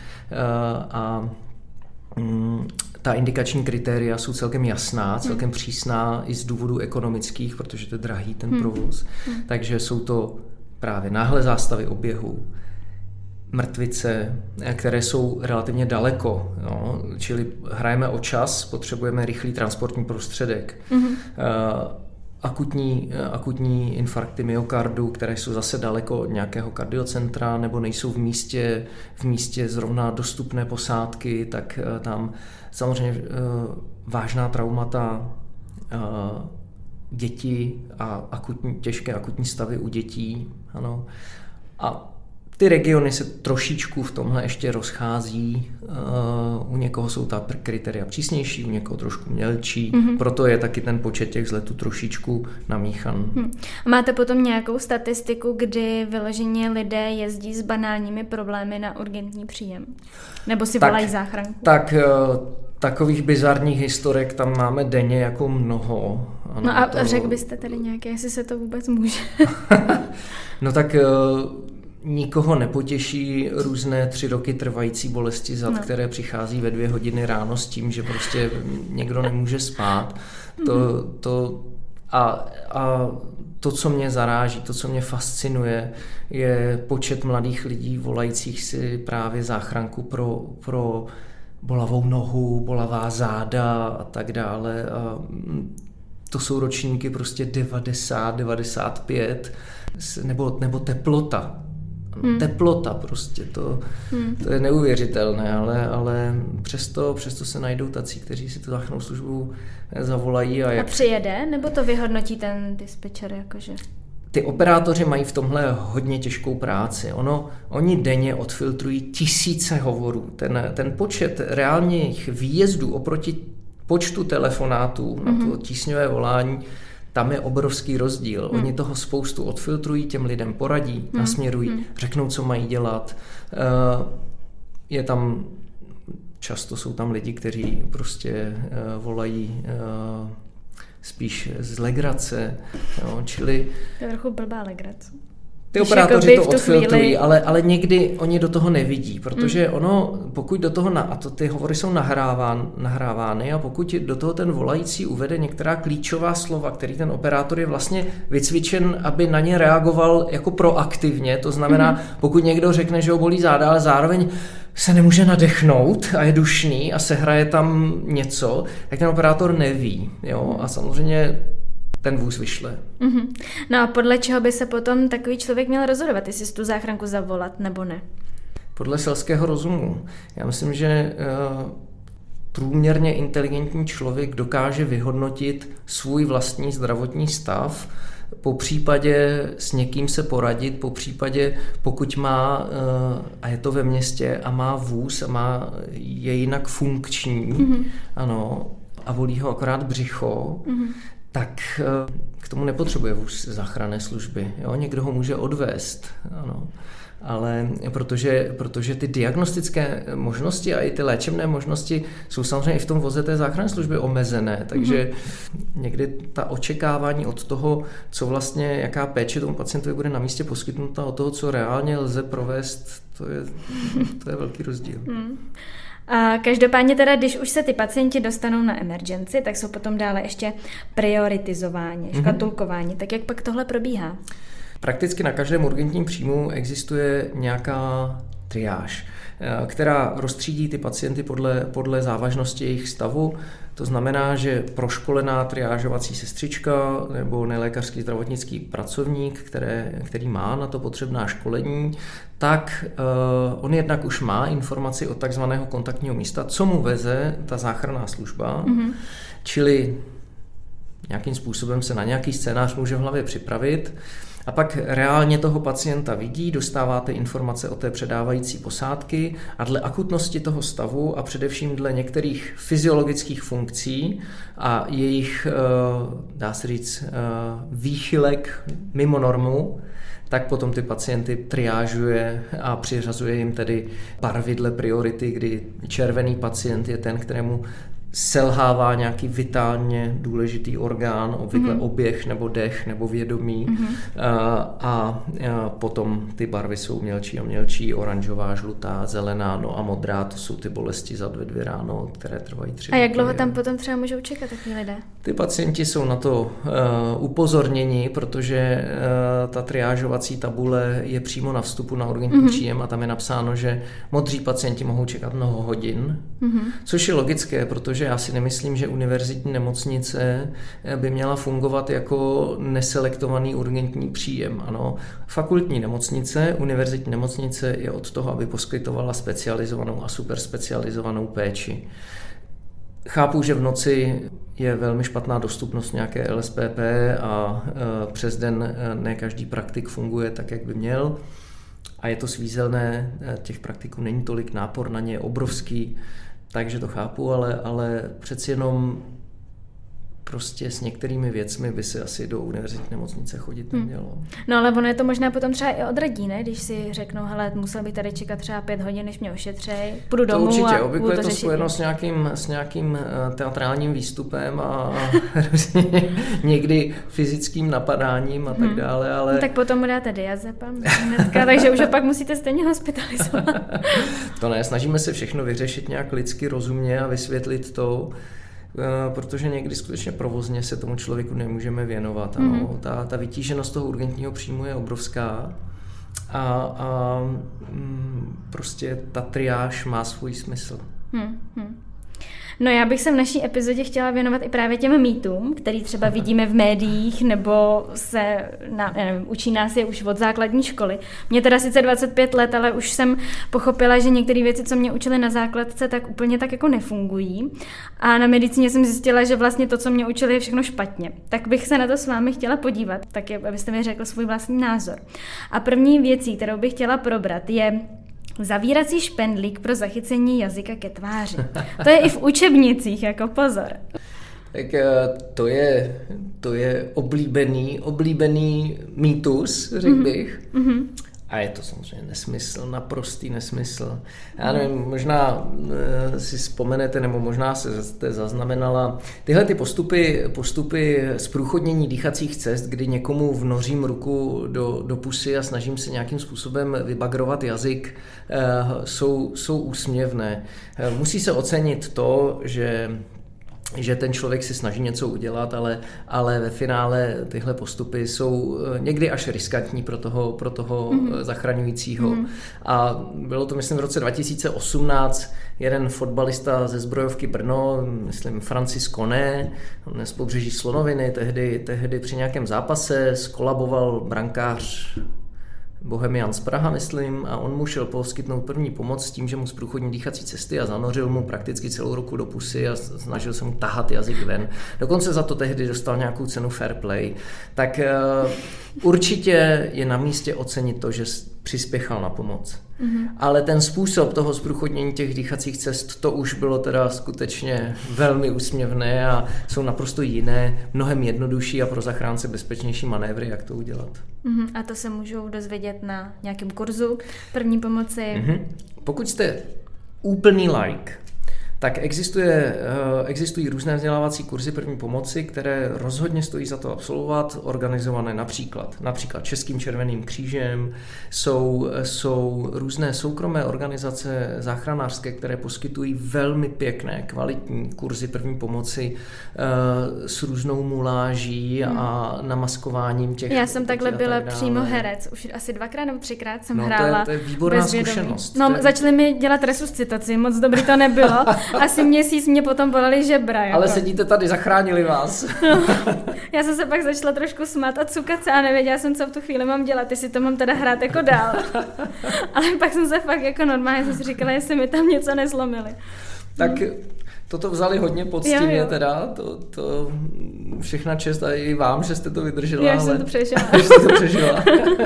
A ta indikační kritéria jsou celkem jasná, celkem přísná i z důvodů ekonomických, protože to je drahý ten provoz. Hmm. Takže jsou to právě náhle zástavy oběhu, mrtvice, které jsou relativně daleko, no, čili hrajeme o čas, potřebujeme rychlý transportní prostředek. Mm-hmm. Uh, akutní, akutní infarkty myokardu, které jsou zase daleko od nějakého kardiocentra nebo nejsou v místě, v místě zrovna dostupné posádky, tak uh, tam samozřejmě uh, vážná traumata, uh, děti a akutní, těžké akutní stavy u dětí. Ano. A ty regiony se trošičku v tomhle ještě rozchází. Uh, u někoho jsou ta kritéria přísnější, u někoho trošku mělčí, mm-hmm. proto je taky ten počet těch vzletů trošičku namíchan. Hmm. Máte potom nějakou statistiku, kdy vyloženě lidé jezdí s banálními problémy na urgentní příjem? Nebo si volají tak, záchranku? Tak uh, takových bizarních historek tam máme denně jako mnoho. Ano, no a to... řekl byste tedy nějaké, jestli se to vůbec může? No tak... Uh, Nikoho nepotěší různé tři roky trvající bolesti zad, no. které přichází ve dvě hodiny ráno s tím, že prostě někdo nemůže spát. To, to, a, a to, co mě zaráží, to, co mě fascinuje, je počet mladých lidí volajících si právě záchranku pro, pro bolavou nohu, bolavá záda a tak dále. A to jsou ročníky prostě devadesát, devadesát pět nebo, nebo teplota. Hmm. Teplota prostě, to, hmm. to je neuvěřitelné, ale, ale přesto, přesto se najdou tací, kteří si tu záchrannou službu zavolají. A, jak... a přijede, nebo to vyhodnotí ten dispečer? Jakože? Ty operátoři mají v tomhle hodně těžkou práci. Ono, oni denně odfiltrují tisíce hovorů. Ten, ten počet reálných výjezdů oproti počtu telefonátů mm-hmm. na to tísňové volání, tam je obrovský rozdíl. Hmm. Oni toho spoustu odfiltrují, těm lidem poradí, hmm. nasměrují, hmm. řeknou, co mají dělat. Je tam, často jsou tam lidi, kteří prostě volají spíš z legrace, jo, čili... To je trochu blbá legrace. Ty operátoři to odfiltrují, chvíli... ale, ale někdy oni do toho nevidí, protože mm. ono, pokud do toho, na, a to ty hovory jsou nahráván, nahrávány a pokud do toho ten volající uvede některá klíčová slova, který ten operátor je vlastně vycvičen, aby na ně reagoval jako proaktivně, to znamená, mm. pokud někdo řekne, že ho bolí záda, ale zároveň se nemůže nadechnout a je dušný a sehraje tam něco, tak ten operátor neví, jo, a samozřejmě ten vůz vyšle. Mm-hmm. No a podle čeho by se potom takový člověk měl rozhodovat, jestli si tu záchranku zavolat nebo ne? Podle selského rozumu. Já myslím, že uh, průměrně inteligentní člověk dokáže vyhodnotit svůj vlastní zdravotní stav, po případě s někým se poradit, po případě pokud má, uh, a je to ve městě, a má vůz a má, je jinak funkční, mm-hmm. ano, a bolí ho akorát břicho, mm-hmm. tak k tomu nepotřebuje vůz záchranné služby. Jo? Někdo ho může odvést, ano. Ale protože, protože ty diagnostické možnosti a i ty léčebné možnosti jsou samozřejmě i v tom voze té záchranné služby omezené, takže mm-hmm. někdy ta očekávání od toho, co vlastně, jaká péče tomu pacientovi bude na místě poskytnuta, od toho, co reálně lze provést, to je, to je velký rozdíl. Mm. A každopádně teda, když už se ty pacienti dostanou na emergenci, tak jsou potom dále ještě prioritizováni, škatulkováni. Mm-hmm. Tak jak pak tohle probíhá? Prakticky na každém urgentním příjmu existuje nějaká triáž, která rozstřídí ty pacienty podle, podle závažnosti jejich stavu. To znamená, že proškolená triážovací sestřička nebo nelékařský zdravotnický pracovník, které, který má na to potřebná školení, tak uh, on jednak už má informaci od takzvaného kontaktního místa, co mu veze ta záchranná služba, mm-hmm. čili nějakým způsobem se na nějaký scénář může v hlavě připravit. A pak reálně toho pacienta vidí, dostáváte informace o té předávající posádky a dle akutnosti toho stavu a především dle některých fyziologických funkcí a jejich, dá se říct, výchylek mimo normu, tak potom ty pacienty triážuje a přiřazuje jim tedy barvy dle priority, kdy červený pacient je ten, kterému selhává nějaký vitálně důležitý orgán, obvykle mm-hmm. oběh nebo dech nebo vědomí mm-hmm. a, a potom ty barvy jsou mělčí a mělčí, oranžová, žlutá, zelená, no a modrá, to jsou ty bolesti za dvě, dvě ráno, které trvají tři. A jak dlouho tam potom třeba můžou čekat takový lidé? Ty pacienti jsou na to uh, upozorněni, protože uh, ta triážovací tabule je přímo na vstupu na urgentní mm-hmm. příjem a tam je napsáno, že modří pacienti mohou čekat mnoho hodin, mm-hmm. což je logické, protože já si nemyslím, že univerzitní nemocnice by měla fungovat jako neselektovaný urgentní příjem. Ano, fakultní nemocnice, univerzitní nemocnice je od toho, aby poskytovala specializovanou a superspecializovanou péči. Chápu, že v noci je velmi špatná dostupnost nějaké L S P P a přes den ne každý praktik funguje tak, jak by měl. A je to svízelné, těch praktiků není tolik, nápor na ně je obrovský, takže to chápu, ale, ale přeci jenom prostě s některými věcmi by se asi do univerzitní nemocnice chodit nemělo. Hmm. No ale ono je to možná potom třeba i odradí, ne? Když si řeknou, hele, musel bych tady čekat třeba pět hodin, než mě ošetřej, půjdu domů to určitě, a obvykle budu to je to spojeno s nějakým, s nějakým teatrálním výstupem a někdy fyzickým napadáním a tak hmm. dále, ale... No, tak potom mu dáte diazepam hnedka, takže už ho pak musíte stejně hospitalizovat. To ne, snažíme se všechno vyřešit nějak lidsky rozumně a vysvětlit to, protože někdy skutečně provozně se tomu člověku nemůžeme věnovat. Ano. Mm-hmm. Ta, ta vytíženost toho urgentního příjmu je obrovská a, a prostě ta triáž má svůj smysl. Mm-hmm. No já bych se v naší epizodě chtěla věnovat i právě těm mýtům, který třeba vidíme v médiích, nebo se, na, nevím, učí nás je už od základní školy. Mě teda sice dvacet pět let, ale už jsem pochopila, že některé věci, co mě učili na základce, tak úplně tak jako nefungují. A na medicíně jsem zjistila, že vlastně to, co mě učili, je všechno špatně. Tak bych se na to s vámi chtěla podívat, tak je, abyste mi řekl svůj vlastní názor. A první věcí, kterou bych chtěla probrat, je zavírací špendlík pro zachycení jazyka ke tváři. To je i v učebnicích, jako pozor. Tak to je, to je oblíbený, oblíbený mýtus, řekl bych. Mm-hmm. A je to samozřejmě nesmysl, naprostý nesmysl. Já nevím, možná si vzpomenete, nebo možná se jste zaznamenala tyhle ty postupy, postupy zprůchodnění dýchacích cest, kdy někomu vnořím ruku do, do pusy a snažím se nějakým způsobem vybagrovat jazyk, jsou, jsou úsměvné. Musí se ocenit to, že že ten člověk si snaží něco udělat, ale, ale ve finále tyhle postupy jsou někdy až riskantní pro toho, pro toho mm-hmm. zachraňujícího. Mm-hmm. A bylo to, myslím, v roce dva tisíce osmnáct jeden fotbalista ze Zbrojovky Brno, myslím Francis Koné, z pobřeží Slonoviny, tehdy, tehdy při nějakém zápase skolaboval brankář Bohemian z Praha, myslím, a on mu šel poskytnout první pomoc s tím, že mu zprůchodní dýchací cesty a zanořil mu prakticky celou ruku do pusy a snažil se mu tahat jazyk ven. Dokonce za to tehdy dostal nějakou cenu Fair Play. Tak uh, určitě je na místě ocenit to, že přispěchal na pomoc. Mm-hmm. Ale ten způsob toho zprůchodnění těch dýchacích cest, to už bylo teda skutečně velmi úsměvné a jsou naprosto jiné, mnohem jednodušší a pro zachránce bezpečnější manévry, jak to udělat. Mm-hmm. A to se můžou dozvědět na nějakém kurzu první pomoci? Mm-hmm. Pokud jste úplný like, tak existuje, existují různé vzdělávací kurzy první pomoci, které rozhodně stojí za to absolvovat, organizované například, například Českým červeným křížem, jsou, jsou různé soukromé organizace záchranářské, které poskytují velmi pěkné, kvalitní kurzy první pomoci s různou muláží hmm. a namaskováním těch... Já jsem takhle byla tak přímo herec, už asi dvakrát nebo třikrát jsem no, hrála. To je, to je výborná zkušenost. No, je... začali mi dělat resuscitaci, moc dobrý to nebylo. Asi měsíc mě potom bolely žebra. Jako. Ale sedíte tady, zachránili vás. No, já jsem se pak začala trošku smát a cukat se a nevěděla jsem, co v tu chvíli mám dělat, jestli to mám teda hrát jako dál. Ale pak jsem se fakt jako normálně jsem si říkala, jestli mi tam něco nezlomili. Tak toto vzali hodně poctivě jo, jo. teda, to, to všechna čest a i vám, že jste to vydržela. Já ale... jsem to přežila. Že jste to přežila.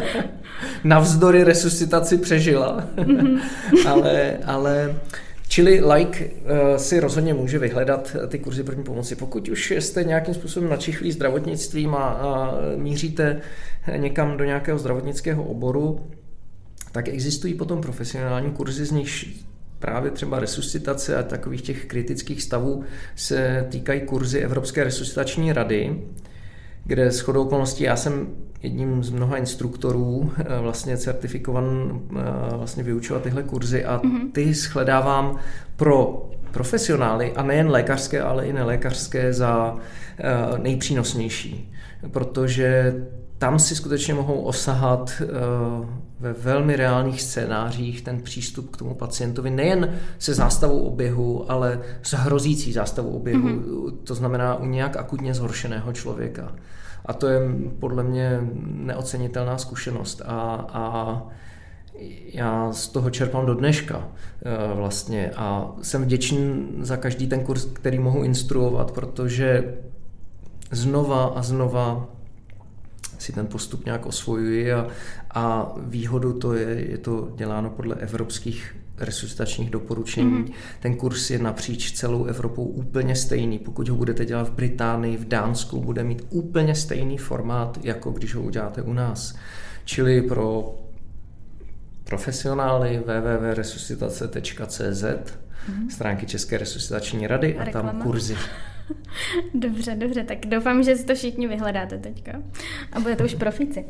Navzdory resuscitaci přežila. Mm-hmm. ale, ale... Čili like uh, si rozhodně může vyhledat ty kurzy první pomoci. Pokud už jste nějakým způsobem načichlí zdravotnictvím a, a míříte někam do nějakého zdravotnického oboru, tak existují potom profesionální kurzy, z nich právě třeba resuscitace a takových těch kritických stavů se týkají kurzy Evropské resuscitační rady, kde shodou okolností já jsem jedním z mnoha instruktorů vlastně certifikovan vlastně vyučovat tyhle kurzy a ty shledávám pro profesionály a nejen lékařské, ale i nelékařské za nejpřínosnější, protože tam si skutečně mohou osahat ve velmi reálných scénářích ten přístup k tomu pacientovi nejen se zástavou oběhu, ale s hrozící zástavou oběhu, mm-hmm. to znamená u nějak akutně zhoršeného člověka. A to je podle mě neocenitelná zkušenost a, a já z toho čerpám do dneška vlastně a jsem vděčný za každý ten kurz, který mohu instruovat, protože znova a znova si ten postup nějak osvojuji a, a výhodu to je, je to děláno podle evropských resuscitačních doporučení. Mm-hmm. Ten kurz je napříč celou Evropou úplně stejný. Pokud ho budete dělat v Británii, v Dánsku, bude mít úplně stejný formát, jako když ho uděláte u nás. Čili pro profesionály w w w tečka resuscitace tečka c z mm-hmm. stránky České resuscitační rady a, a tam kurzy. Dobře, dobře, tak doufám, že si to všichni vyhledáte teďka a budete už profíci.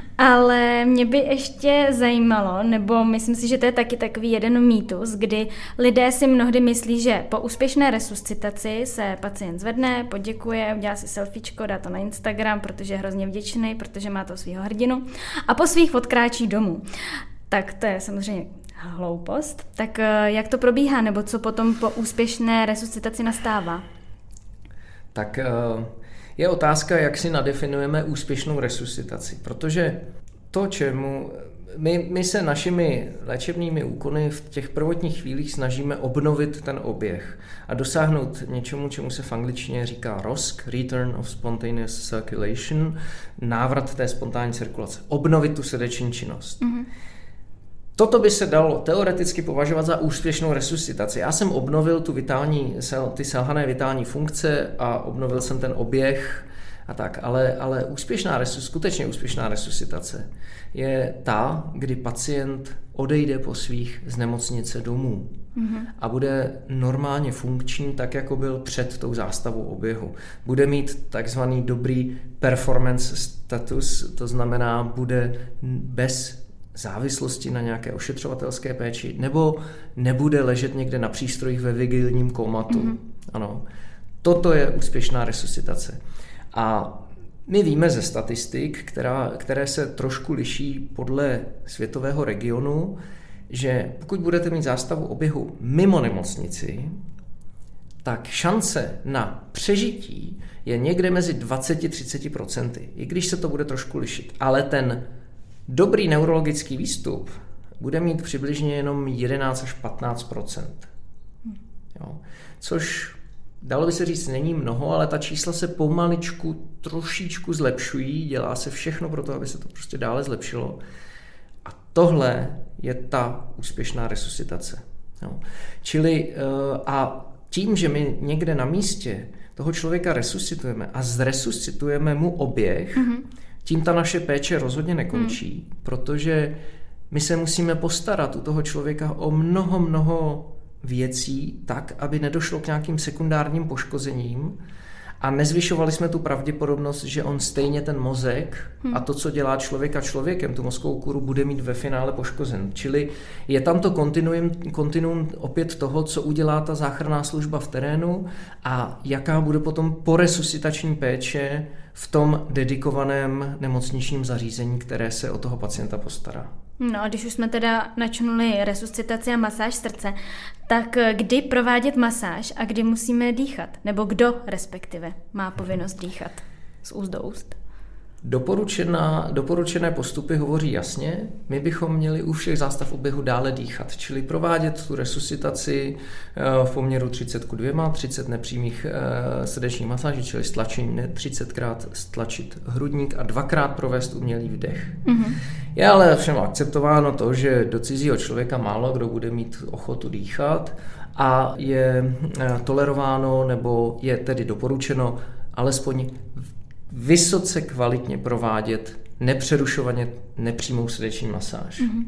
Ale mě by ještě zajímalo, nebo myslím si, že to je taky takový jeden mýtus, kdy lidé si mnohdy myslí, že po úspěšné resuscitaci se pacient zvedne, poděkuje, udělá si selfiečko, dá to na Instagram, protože je hrozně vděčný, protože má to svýho hrdinu a po svých odkráčí domů. Tak to je samozřejmě hloupost. Tak jak to probíhá, nebo co potom po úspěšné resuscitaci nastává? Tak je otázka, jak si nadefinujeme úspěšnou resuscitaci, protože to, čemu my, my se našimi léčebnými úkony v těch prvotních chvílích snažíme obnovit ten oběh a dosáhnout něčemu, čemu se v angličtině říká R O S C, Return of Spontaneous Circulation, návrat té spontánní cirkulace, obnovit tu srdeční činnost. Mm-hmm. Toto by se dalo teoreticky považovat za úspěšnou resuscitaci. Já jsem obnovil tu vitální, ty selhané vitální funkce a obnovil jsem ten oběh a tak, ale, ale úspěšná resus, skutečně úspěšná resuscitace je ta, kdy pacient odejde po svých z nemocnice domů mm-hmm. a bude normálně funkční, tak jako byl před tou zástavou oběhu. Bude mít takzvaný dobrý performance status, to znamená, bude bez závislosti na nějaké ošetřovatelské péči, nebo nebude ležet někde na přístrojích ve vigilním komatu. Mm-hmm. Ano. Toto je úspěšná resuscitace. A my víme ze statistik, která, které se trošku liší podle světového regionu, že pokud budete mít zástavu oběhu mimo nemocnici, tak šance na přežití je někde mezi dvacet až třicet procent, i když se to bude trošku lišit. Ale ten dobrý neurologický výstup bude mít přibližně jenom jedenáct až patnáct procent. Jo. Což, dalo by se říct, není mnoho, ale ta čísla se pomaličku trošičku zlepšují, dělá se všechno pro to, aby se to prostě dále zlepšilo. A tohle je ta úspěšná resuscitace. Jo. Čili a tím, že my někde na místě toho člověka resuscitujeme a zresuscitujeme mu oběh, mm-hmm. tím ta naše péče rozhodně nekončí, mm. protože my se musíme postarat u toho člověka o mnoho, mnoho věcí tak, aby nedošlo k nějakým sekundárním poškozením a nezvyšovali jsme tu pravděpodobnost, že on stejně ten mozek hmm. a to, co dělá člověka člověkem, tu mozkovou kůru, bude mít ve finále poškozen. Čili je tam to kontinuum, kontinuum opět toho, co udělá ta záchranná služba v terénu a jaká bude potom poresuscitační péče v tom dedikovaném nemocničním zařízení, které se o toho pacienta postará. No a když už jsme teda načnuli resuscitaci a masáž srdce, tak kdy provádět masáž a kdy musíme dýchat? Nebo kdo respektive má povinnost dýchat z úst do úst? Doporučená, doporučené postupy hovoří jasně, my bychom měli u všech zástav oběhu dále dýchat, čili provádět tu resuscitaci v poměru třicet ku dvěma, třicet nepřímých srdečních masáží, čili stlačení třicetkrát stlačit hrudník a dvakrát provést umělý vdech. Mm-hmm. Je ale všem akceptováno to, že do cizího člověka málo kdo bude mít ochotu dýchat a je tolerováno nebo je tedy doporučeno alespoň vysoce kvalitně provádět nepřerušovaně nepřímou srdeční masáž. Mm-hmm.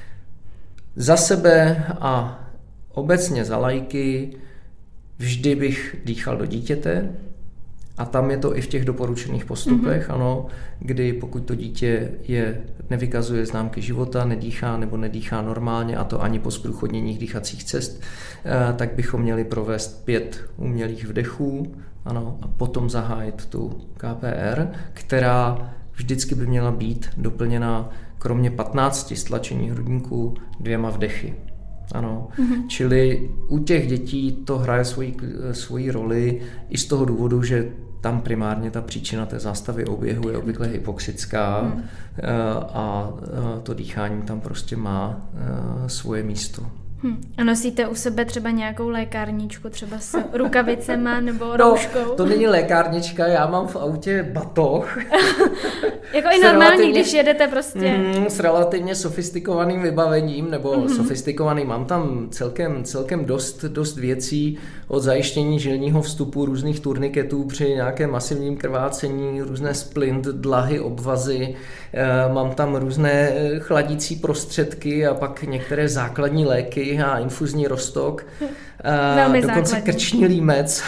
Za sebe a obecně za laiky vždy bych dýchal do dítěte a tam je to i v těch doporučených postupech, mm-hmm. ano, kdy pokud to dítě je, nevykazuje známky života, nedýchá nebo nedýchá normálně a to ani po zprůchodněních dýchacích cest, tak bychom měli provést pět umělých vdechů, ano, a potom zahájit tu K P R, která vždycky by měla být doplněna kromě patnácti stlačení hrudníku dvěma vdechy. Ano. Mm-hmm. Čili u těch dětí to hraje svoji, svoji roli i z toho důvodu, že tam primárně ta příčina té zástavy oběhu je obvykle hypoxická mm. a to dýchání tam prostě má svoje místo. Hmm. A nosíte u sebe třeba nějakou lékárničku, třeba s rukavicema nebo rouškou? No, to není lékárnička, já mám v autě batoh. Jako i normální, relativně, když jedete prostě. Mm, s relativně sofistikovaným vybavením, nebo mm-hmm. sofistikovaným, mám tam celkem, celkem dost, dost věcí od zajištění žilního vstupu, různých turniketů při nějakém masivním krvácení, různé splint, dlahy, obvazy, e, mám tam různé chladící prostředky a pak některé základní léky a infuzní roztok, Velmi dokonce základní. Krční límec.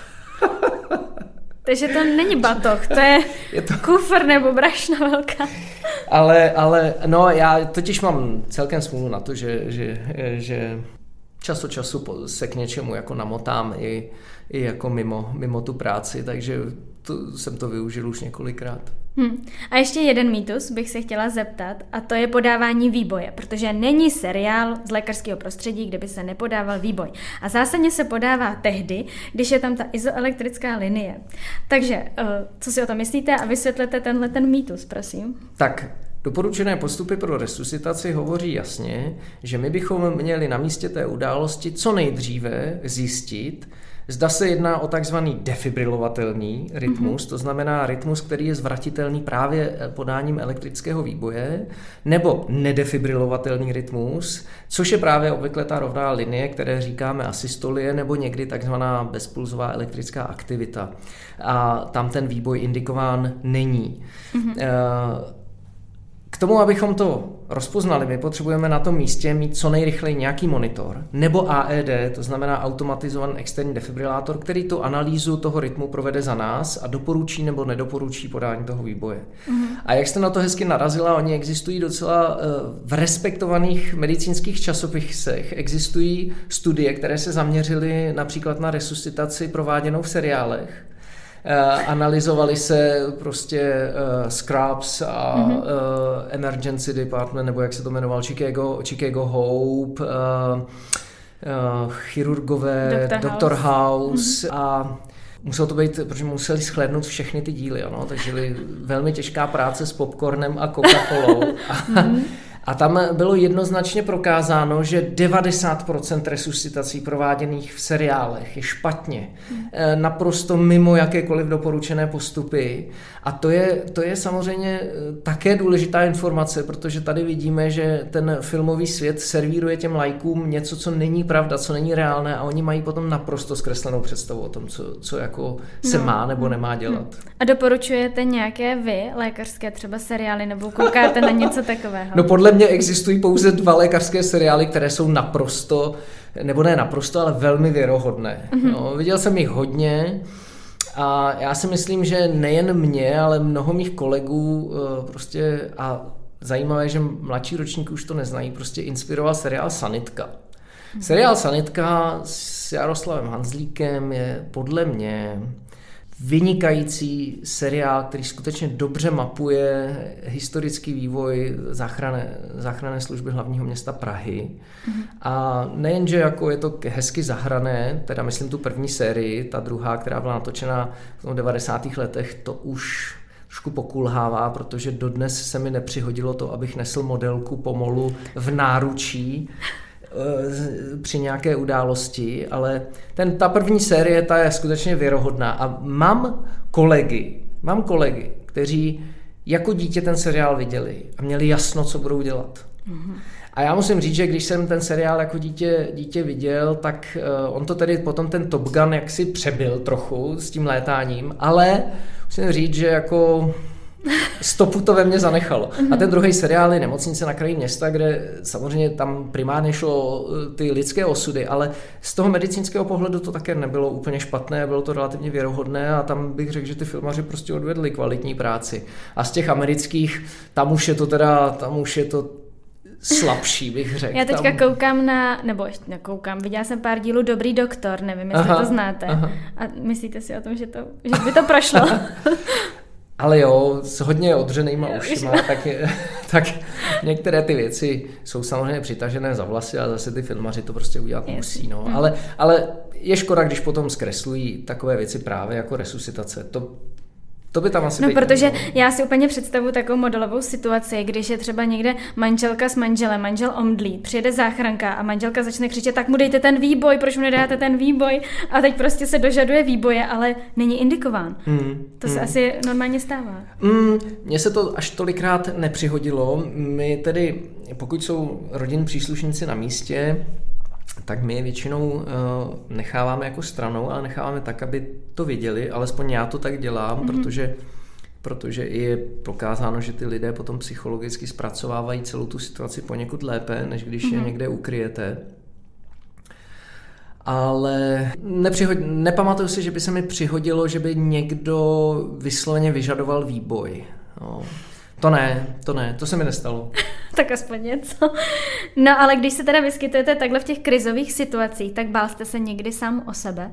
Takže to není batoh, to je, je to... kufr nebo brašna velká. ale, ale no já totiž mám celkem smůlu na to, že, že, že čas od času se k něčemu jako namotám i, i jako mimo, mimo tu práci, takže to, jsem to využil už několikrát. Hmm. A ještě jeden mýtus bych se chtěla zeptat a to je podávání výboje, protože není seriál z lékařského prostředí, kde by se nepodával výboj. A zásadně se podává tehdy, když je tam ta izoelektrická linie. Takže, co si o tom myslíte a vysvětlete tenhle ten mýtus, prosím. Tak, doporučené postupy pro resuscitaci hovoří jasně, že my bychom měli na místě té události co nejdříve zjistit, zda se jedná o takzvaný defibrilovatelný rytmus, mm-hmm. to znamená rytmus, který je zvratitelný právě podáním elektrického výboje, nebo nedefibrilovatelný rytmus, což je právě obvykle ta rovná linie, které říkáme asystolie, nebo někdy takzvaná bezpulzová elektrická aktivita. A tam ten výboj indikován není. Mm-hmm. Uh, K tomu, abychom to rozpoznali, my potřebujeme na tom místě mít co nejrychleji nějaký monitor, nebo A E D, to znamená automatizovaný externí defibrilátor, který tu analýzu toho rytmu provede za nás a doporučí nebo nedoporučí podání toho výboje. Mm-hmm. A jak jste na to hezky narazila, oni existují docela v respektovaných medicínských časopisech, existují studie, které se zaměřily například na resuscitaci prováděnou v seriálech. Uh, analyzovali se prostě uh, Scrubs a mm-hmm. uh, Emergency Department, nebo jak se to jmenoval, Chicago, Chicago Hope, uh, uh, chirurgové, Doctor House, House mm-hmm. a muselo to být, protože museli shlédnout všechny ty díly, ano, takže velmi těžká práce s popcornem a Coca-Colou. mm-hmm. A tam bylo jednoznačně prokázáno, že devadesát procent resuscitací prováděných v seriálech je špatně. Naprosto mimo jakékoliv doporučené postupy. A to je, to je samozřejmě také důležitá informace, protože tady vidíme, že ten filmový svět servíruje těm laikům něco, co není pravda, co není reálné a oni mají potom naprosto zkreslenou představu o tom, co, co jako se no. má nebo nemá dělat. A doporučujete nějaké vy, lékařské třeba seriály, nebo koukáte na něco takového? No podle mě existují pouze dva lékařské seriály, které jsou naprosto, nebo ne naprosto, ale velmi věrohodné. Mm-hmm. No, viděl jsem jich hodně a já si myslím, že nejen mě, ale mnoho mých kolegů prostě, a zajímavé, že mladší ročníky už to neznají, prostě inspiroval seriál Sanitka. Mm-hmm. Seriál Sanitka s Jaroslavem Hanzlíkem je podle mě vynikající seriál, který skutečně dobře mapuje historický vývoj záchranné, záchranné služby hlavního města Prahy. Mm-hmm. A nejenže jako je to hezky zahrané, teda myslím tu první sérii, ta druhá, která byla natočena v devadesátých letech, to už trošku pokulhává, protože dodnes se mi nepřihodilo to, abych nesl modelku pomolu v náručí při nějaké události, ale ten, ta první série, ta je skutečně věrohodná a mám kolegy, mám kolegy, kteří jako dítě ten seriál viděli a měli jasno, co budou dělat. Mm-hmm. A já musím říct, že když jsem ten seriál jako dítě, dítě viděl, tak uh, on to tedy potom ten Top Gun jaksi přebyl trochu s tím létáním, ale musím říct, že jako stopu to ve mně zanechalo. A ten druhý seriál je Nemocnice na kraji města, kde samozřejmě tam primárně šlo ty lidské osudy, ale z toho medicínského pohledu to také nebylo úplně špatné, bylo to relativně věrohodné a tam bych řekl, že ty filmaři prostě odvedli kvalitní práci. A z těch amerických, tam už je to teda, tam už je to slabší, bych řekl. Já teďka tam... koukám na, nebo ještě nekoukám, viděla jsem pár dílů Dobrý doktor, nevím, jestli aha, to znáte. Aha. A myslíte si o tom, že, to, že by to prošlo? Ale jo, s hodně odřenýma ušima, tak, je, tak některé ty věci jsou samozřejmě přitažené za vlasy a zase ty filmaři to prostě udělat musí. No. Ale, ale je škoda, když potom zkreslují takové věci právě jako resuscitace. To, to by tam asi No, být protože nebylo. Já si úplně představuji takovou modelovou situaci, když je třeba někde manželka s manželem, manžel omdlí, přijede záchranka a manželka začne křičet, tak mu dejte ten výboj, proč mu nedáte ten výboj? A teď prostě se dožaduje výboje, ale není indikován. Mm, to se mm. asi normálně stává. Mm, mně se to až tolikrát nepřihodilo. My tedy, pokud jsou rodinní příslušníci na místě, tak my je většinou uh, necháváme jako stranou, ale necháváme tak, aby to viděli, alespoň já to tak dělám, mm-hmm. protože, protože je prokázáno, že ty lidé potom psychologicky zpracovávají celou tu situaci poněkud lépe, než když mm-hmm. je někde ukryjete. Ale nepřihod... nepamatuju si, že by se mi přihodilo, že by někdo vysloveně vyžadoval výboj. No. To ne, to ne, to se mi nestalo. Tak aspoň něco. No ale když se teda vyskytujete takhle v těch krizových situacích, tak bál jste se někdy sám o sebe?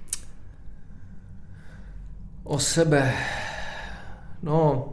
O sebe? No...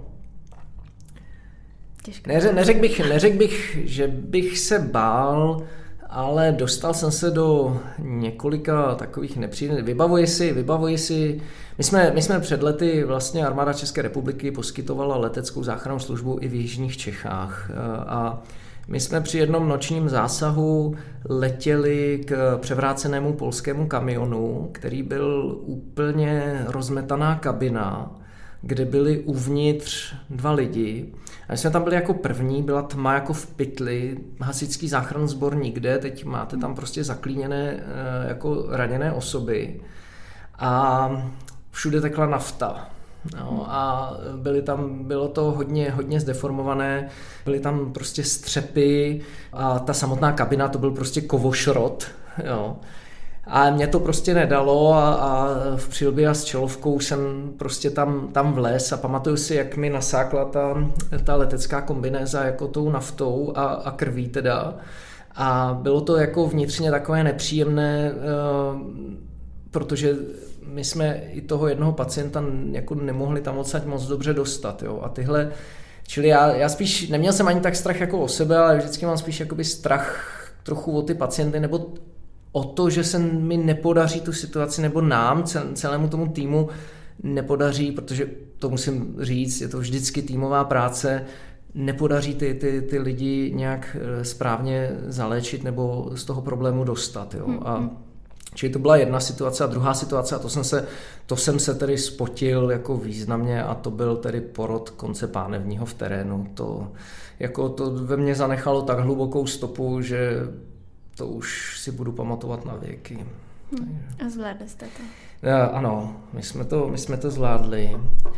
Těžké. Neře, neřekl bych, neřek bych, že bych se bál, ale dostal jsem se do několika takových nepříjemných... Vybavuji si, vybavuji si... My jsme, my jsme před lety, vlastně Armáda České republiky poskytovala leteckou záchrannou službu i v jižních Čechách. A my jsme při jednom nočním zásahu letěli k převrácenému polskému kamionu, který byl úplně rozmetaná kabina, kde byli uvnitř dva lidi. A my jsme tam byli jako první, byla tma jako v pytli, hasičský záchranný sbor nikde, teď máte tam prostě zaklíněné jako raněné osoby a všude tekla nafta. No, a byly tam, bylo to hodně, hodně zdeformované, byly tam prostě střepy a ta samotná kabina to byl prostě kovošrot. Jo. A mě to prostě nedalo a, a v přilbě a s čelovkou jsem prostě tam, tam vlez a pamatuju si, jak mi nasákla ta, ta letecká kombinéza jako tou naftou a, a krví teda. A bylo to jako vnitřně takové nepříjemné, protože my jsme i toho jednoho pacienta jako nemohli tam odsaď moc dobře dostat. Jo? A tyhle, čili já, já spíš, neměl jsem ani tak strach jako o sebe, ale vždycky mám spíš jakoby strach trochu o ty pacienty, nebo o to, že se mi nepodaří tu situaci, nebo nám, celému tomu týmu nepodaří, protože to musím říct, je to vždycky týmová práce, nepodaří ty, ty, ty lidi nějak správně zaléčit nebo z toho problému dostat. Jo? A čili to byla jedna situace a druhá situace, a to jsem se, to jsem se tedy spotil jako významně, a to byl tedy porod konce pánevního v terénu. To, jako to ve mně zanechalo tak hlubokou stopu, že to už si budu pamatovat na věky. Hmm. A zvládli jste to? Ano, my jsme to, my jsme to zvládli,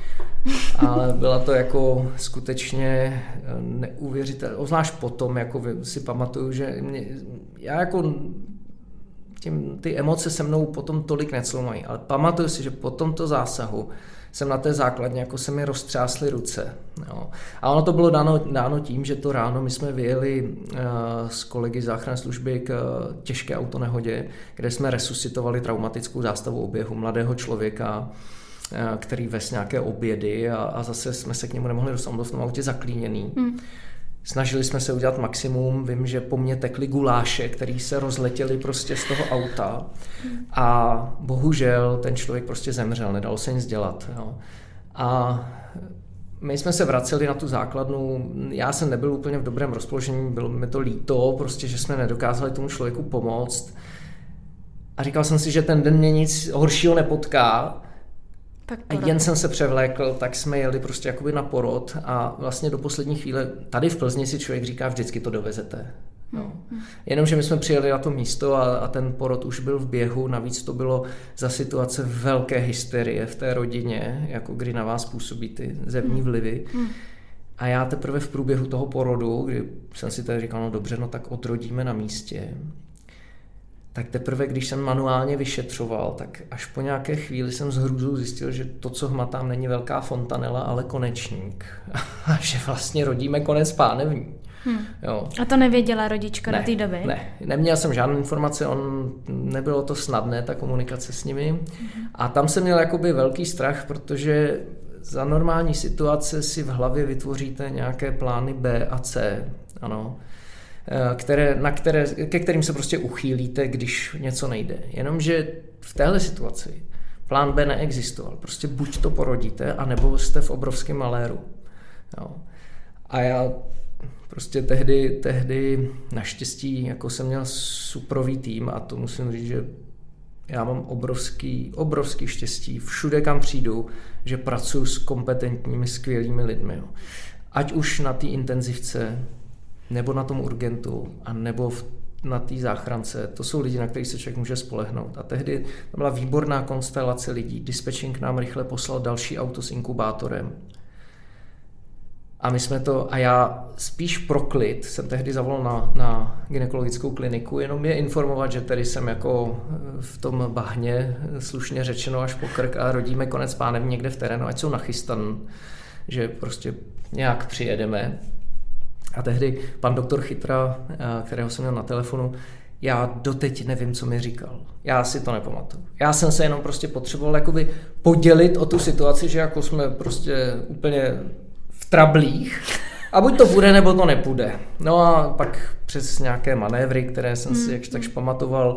ale byla to jako skutečně neuvěřitelné. Zvlášť potom, jako si pamatuju, že mě, já jako tím, ty emoce se mnou potom tolik necloumají, ale pamatuju si, že po tomto zásahu jsem na té základně, jako se mi roztřásly ruce. Jo. A ono to bylo dáno, dáno tím, že to ráno my jsme vyjeli uh, s kolegy záchranné služby k uh, těžké autonehodě, kde jsme resuscitovali traumatickou zástavu oběhu mladého člověka, uh, který ves nějaké obědy a, a zase jsme se k němu nemohli dostat, byl v tom autě zaklíněný. Hmm. Snažili jsme se udělat maximum, vím, že po mně tekly guláše, které se rozletěly prostě z toho auta a bohužel ten člověk prostě zemřel, nedalo se nic dělat. Jo. A my jsme se vraceli na tu základnu, já jsem nebyl úplně v dobrém rozpoložení, bylo mi to líto, prostě, že jsme nedokázali tomu člověku pomoct a říkal jsem si, že ten den mě nic horšího nepotká. A jen jsem se převlékl, tak jsme jeli prostě jakoby na porod a vlastně do poslední chvíle, tady v Plzni si člověk říká, vždycky to dovezete. No. Jenomže my jsme přijeli na to místo a, a ten porod už byl v běhu, navíc to bylo za situace velké hysterie v té rodině, jako kdy na vás působí ty zevní vlivy. A já teprve v průběhu toho porodu, kdy jsem si tady říkal, no dobře, no tak odrodíme na místě, tak teprve, když jsem manuálně vyšetřoval, tak až po nějaké chvíli jsem s hrůzou zjistil, že to, co hmatám, není velká fontanela, ale konečník. A že vlastně rodíme konec pánevní. Hmm. Jo. A to nevěděla rodička ne, do té doby? Ne, neměl jsem žádnou informaci, on, nebylo to snadné, ta komunikace s nimi. Hmm. A tam jsem měl jakoby velký strach, protože za normální situace si v hlavě vytvoříte nějaké plány B a C. Ano. Které, na které, ke kterým se prostě uchýlíte, když něco nejde. Jenomže v téhle situaci plán B neexistoval. Prostě buď to porodíte, anebo jste v obrovském maléru. Jo. A já prostě tehdy, tehdy naštěstí jako jsem měl suprový tým a to musím říct, že já mám obrovský, obrovský štěstí všude, kam přijdu, že pracuji s kompetentními, skvělými lidmi. Jo. Ať už na té intenzivce, nebo na tom urgentu, a nebo v, na té záchrance. To jsou lidi, na kterých se člověk může spolehnout. A tehdy to byla výborná konstelace lidí. Dispečink nám rychle poslal další auto s inkubátorem. A my jsme to, a já spíš pro klid jsem tehdy zavolal na, na gynekologickou kliniku, jenom je informovat, že tedy jsem jako v tom bahně, slušně řečeno, až po krk a rodíme konec pánevní někde v terénu, ať jsou nachystaný, že prostě nějak přijedeme. A tehdy pan doktor Chytra, kterého jsem měl na telefonu, já doteď nevím, co mi říkal. Já si to nepamatuju. Já jsem se jenom prostě potřeboval jakoby podělit o tu situaci, že jako jsme prostě úplně v trablích. A buď to bude, nebo to nepůjde. No a pak přes nějaké manévry, které jsem si jakž takž pamatoval,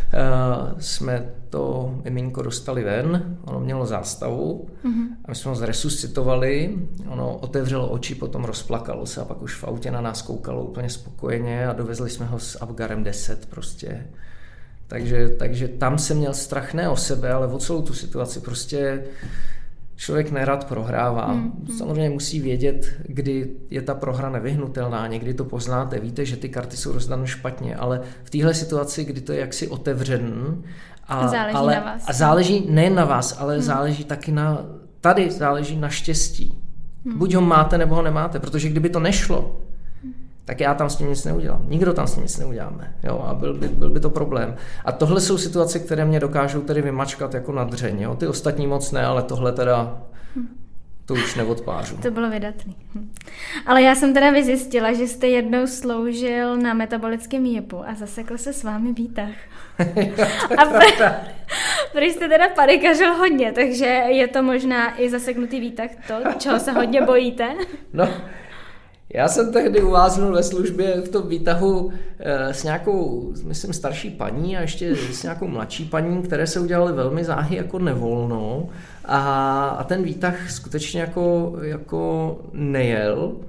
jsme to miminko dostali ven, ono mělo zástavu a my jsme ho zresuscitovali, ono otevřelo oči, potom rozplakalo se a pak už v autě na nás koukalo úplně spokojeně a dovezli jsme ho s Apgarem deset prostě. Takže, takže tam jsem měl strach ne o sebe, ale o celou tu situaci. Prostě člověk nerad prohrává. Hmm. Samozřejmě musí vědět, kdy je ta prohra nevyhnutelná, někdy to poznáte, víte, že ty karty jsou rozdané špatně, ale v téhle situaci, kdy to je jaksi otevřen a záleží ale, na vás. A záleží nejen na vás, ale hmm. záleží taky na, tady záleží na štěstí. Hmm. Buď ho máte, nebo ho nemáte, protože kdyby to nešlo, tak já tam s tím nic neudělám. Nikdo tam s tím nic neuděláme. Jo, a byl by, byl by to problém. A tohle jsou situace, které mě dokážou tedy vymačkat jako na dřeň. Jo. Ty ostatní moc ne, ale tohle teda to už neodpářu. To bylo vydatný. Ale já jsem teda vyzjistila, že jste jednou sloužil na metabolickém jepu a zasekl se s vámi výtah. A pr- prý jste teda panikařil hodně, takže je to možná i zaseknutý výtah to, čeho se hodně bojíte? No, já jsem tehdy uváznul ve službě v tom výtahu e, s nějakou, myslím, starší paní a ještě s nějakou mladší paní, které se udělaly velmi záhy jako nevolno a, a ten výtah skutečně jako, jako nejel.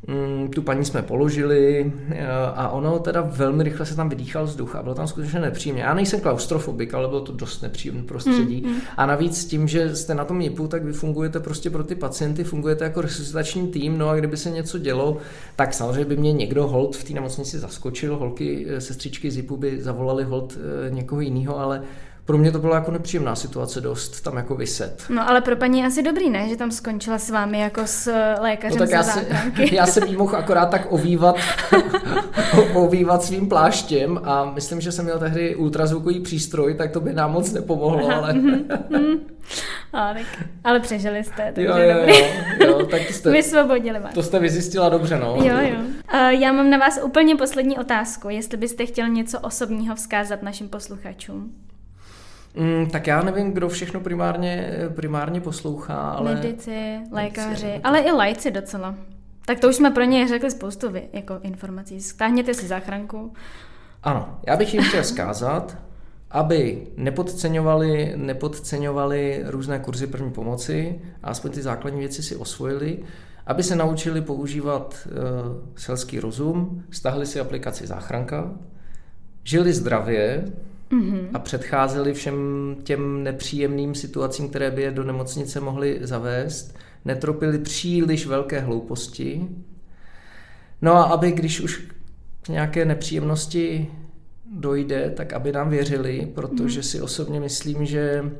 Tu paní jsme položili a ono teda velmi rychle se tam vydýchal vzduch a bylo tam skutečně nepříjemně. Já nejsem klaustrofobik, ale bylo to dost nepříjemné prostředí. Mm, mm. A navíc tím, že jste na tom nipu, tak vy fungujete prostě pro ty pacienty, fungujete jako resuscitační tým, no a kdyby se něco dělo, tak samozřejmě by mě někdo hold v té nemocnici zaskočil, holky, sestřičky z jipu by zavolali hold někoho jiného, ale pro mě to byla jako nepříjemná situace dost tam jako vyset. No ale pro paní asi dobrý, ne? Že tam skončila s vámi jako s lékařem no, za záchranky. Já jsem jí mohl akorát tak ovývat, ovývat svým pláštěm a myslím, že jsem měl tehdy ultrazvukový přístroj, tak to by nám moc nepomohlo. Aha, ale... mm, mm. A, tak, ale přežili jste, takže jo, jo, dobrý. Jo, jo, tak jste, vysvobodili vás. To jste vyzjistila dobře, no. Jo, jo. Uh, já mám na vás úplně poslední otázku, jestli byste chtěl něco osobního vzkázat našim posluchačům. Mm, tak já nevím, kdo všechno primárně, primárně poslouchá, ale... Medici, lékaři, medici, ale i lajci docela. Tak to už jsme pro ně řekli spoustu vy, jako informací. Stáhněte si záchranku. Ano, já bych jim chtěl vzkázat, aby nepodceňovali, nepodceňovali různé kurzy první pomoci a aspoň ty základní věci si osvojili, aby se naučili používat uh, selský rozum, stáhli si aplikaci Záchranka, žili zdravě, mm-hmm. a předcházeli všem těm nepříjemným situacím, které by je do nemocnice mohly zavést, netropili příliš velké hlouposti. No a aby, když už k nějaké nepříjemnosti dojde, tak aby nám věřili, protože mm-hmm. si osobně myslím, že uh,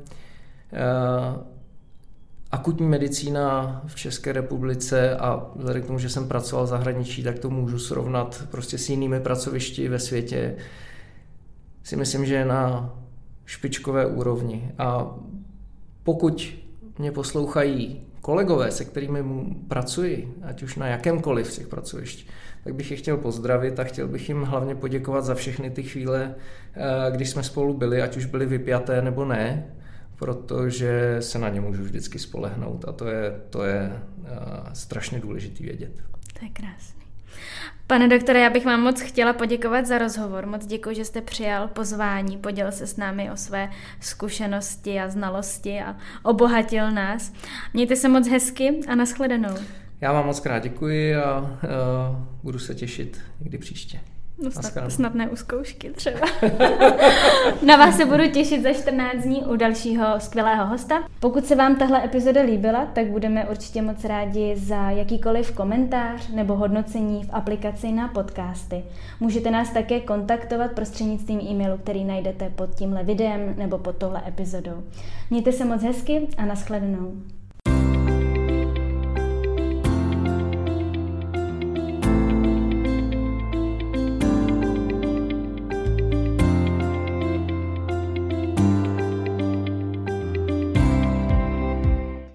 akutní medicína v České republice a vzhledem k tomu, že jsem pracoval v zahraničí, tak to můžu srovnat prostě s jinými pracovišti ve světě, si myslím, že je na špičkové úrovni. A pokud mě poslouchají kolegové, se kterými pracuji, ať už na jakémkoliv z těch pracovišť, tak bych je chtěl pozdravit a chtěl bych jim hlavně poděkovat za všechny ty chvíle, když jsme spolu byli, ať už byly vypjaté nebo ne, protože se na ně můžu vždycky spolehnout a to je, to je strašně důležitý vědět. To je krásný. Pane doktore, já bych vám moc chtěla poděkovat za rozhovor. Moc děkuji, že jste přijal pozvání, podělil se s námi o své zkušenosti a znalosti a obohatil nás. Mějte se moc hezky a nashledanou. Já vám moc krát děkuji a uh, budu se těšit někdy příště. No snad, snad ne u zkoušky třeba. Na vás se budu těšit za čtrnáct dní u dalšího skvělého hosta. Pokud se vám tahle epizoda líbila, tak budeme určitě moc rádi za jakýkoliv komentář nebo hodnocení v aplikaci na podcasty. Můžete nás také kontaktovat prostřednictvím e-mailu, který najdete pod tímhle videem nebo pod tohle epizodou. Mějte se moc hezky a nashledanou.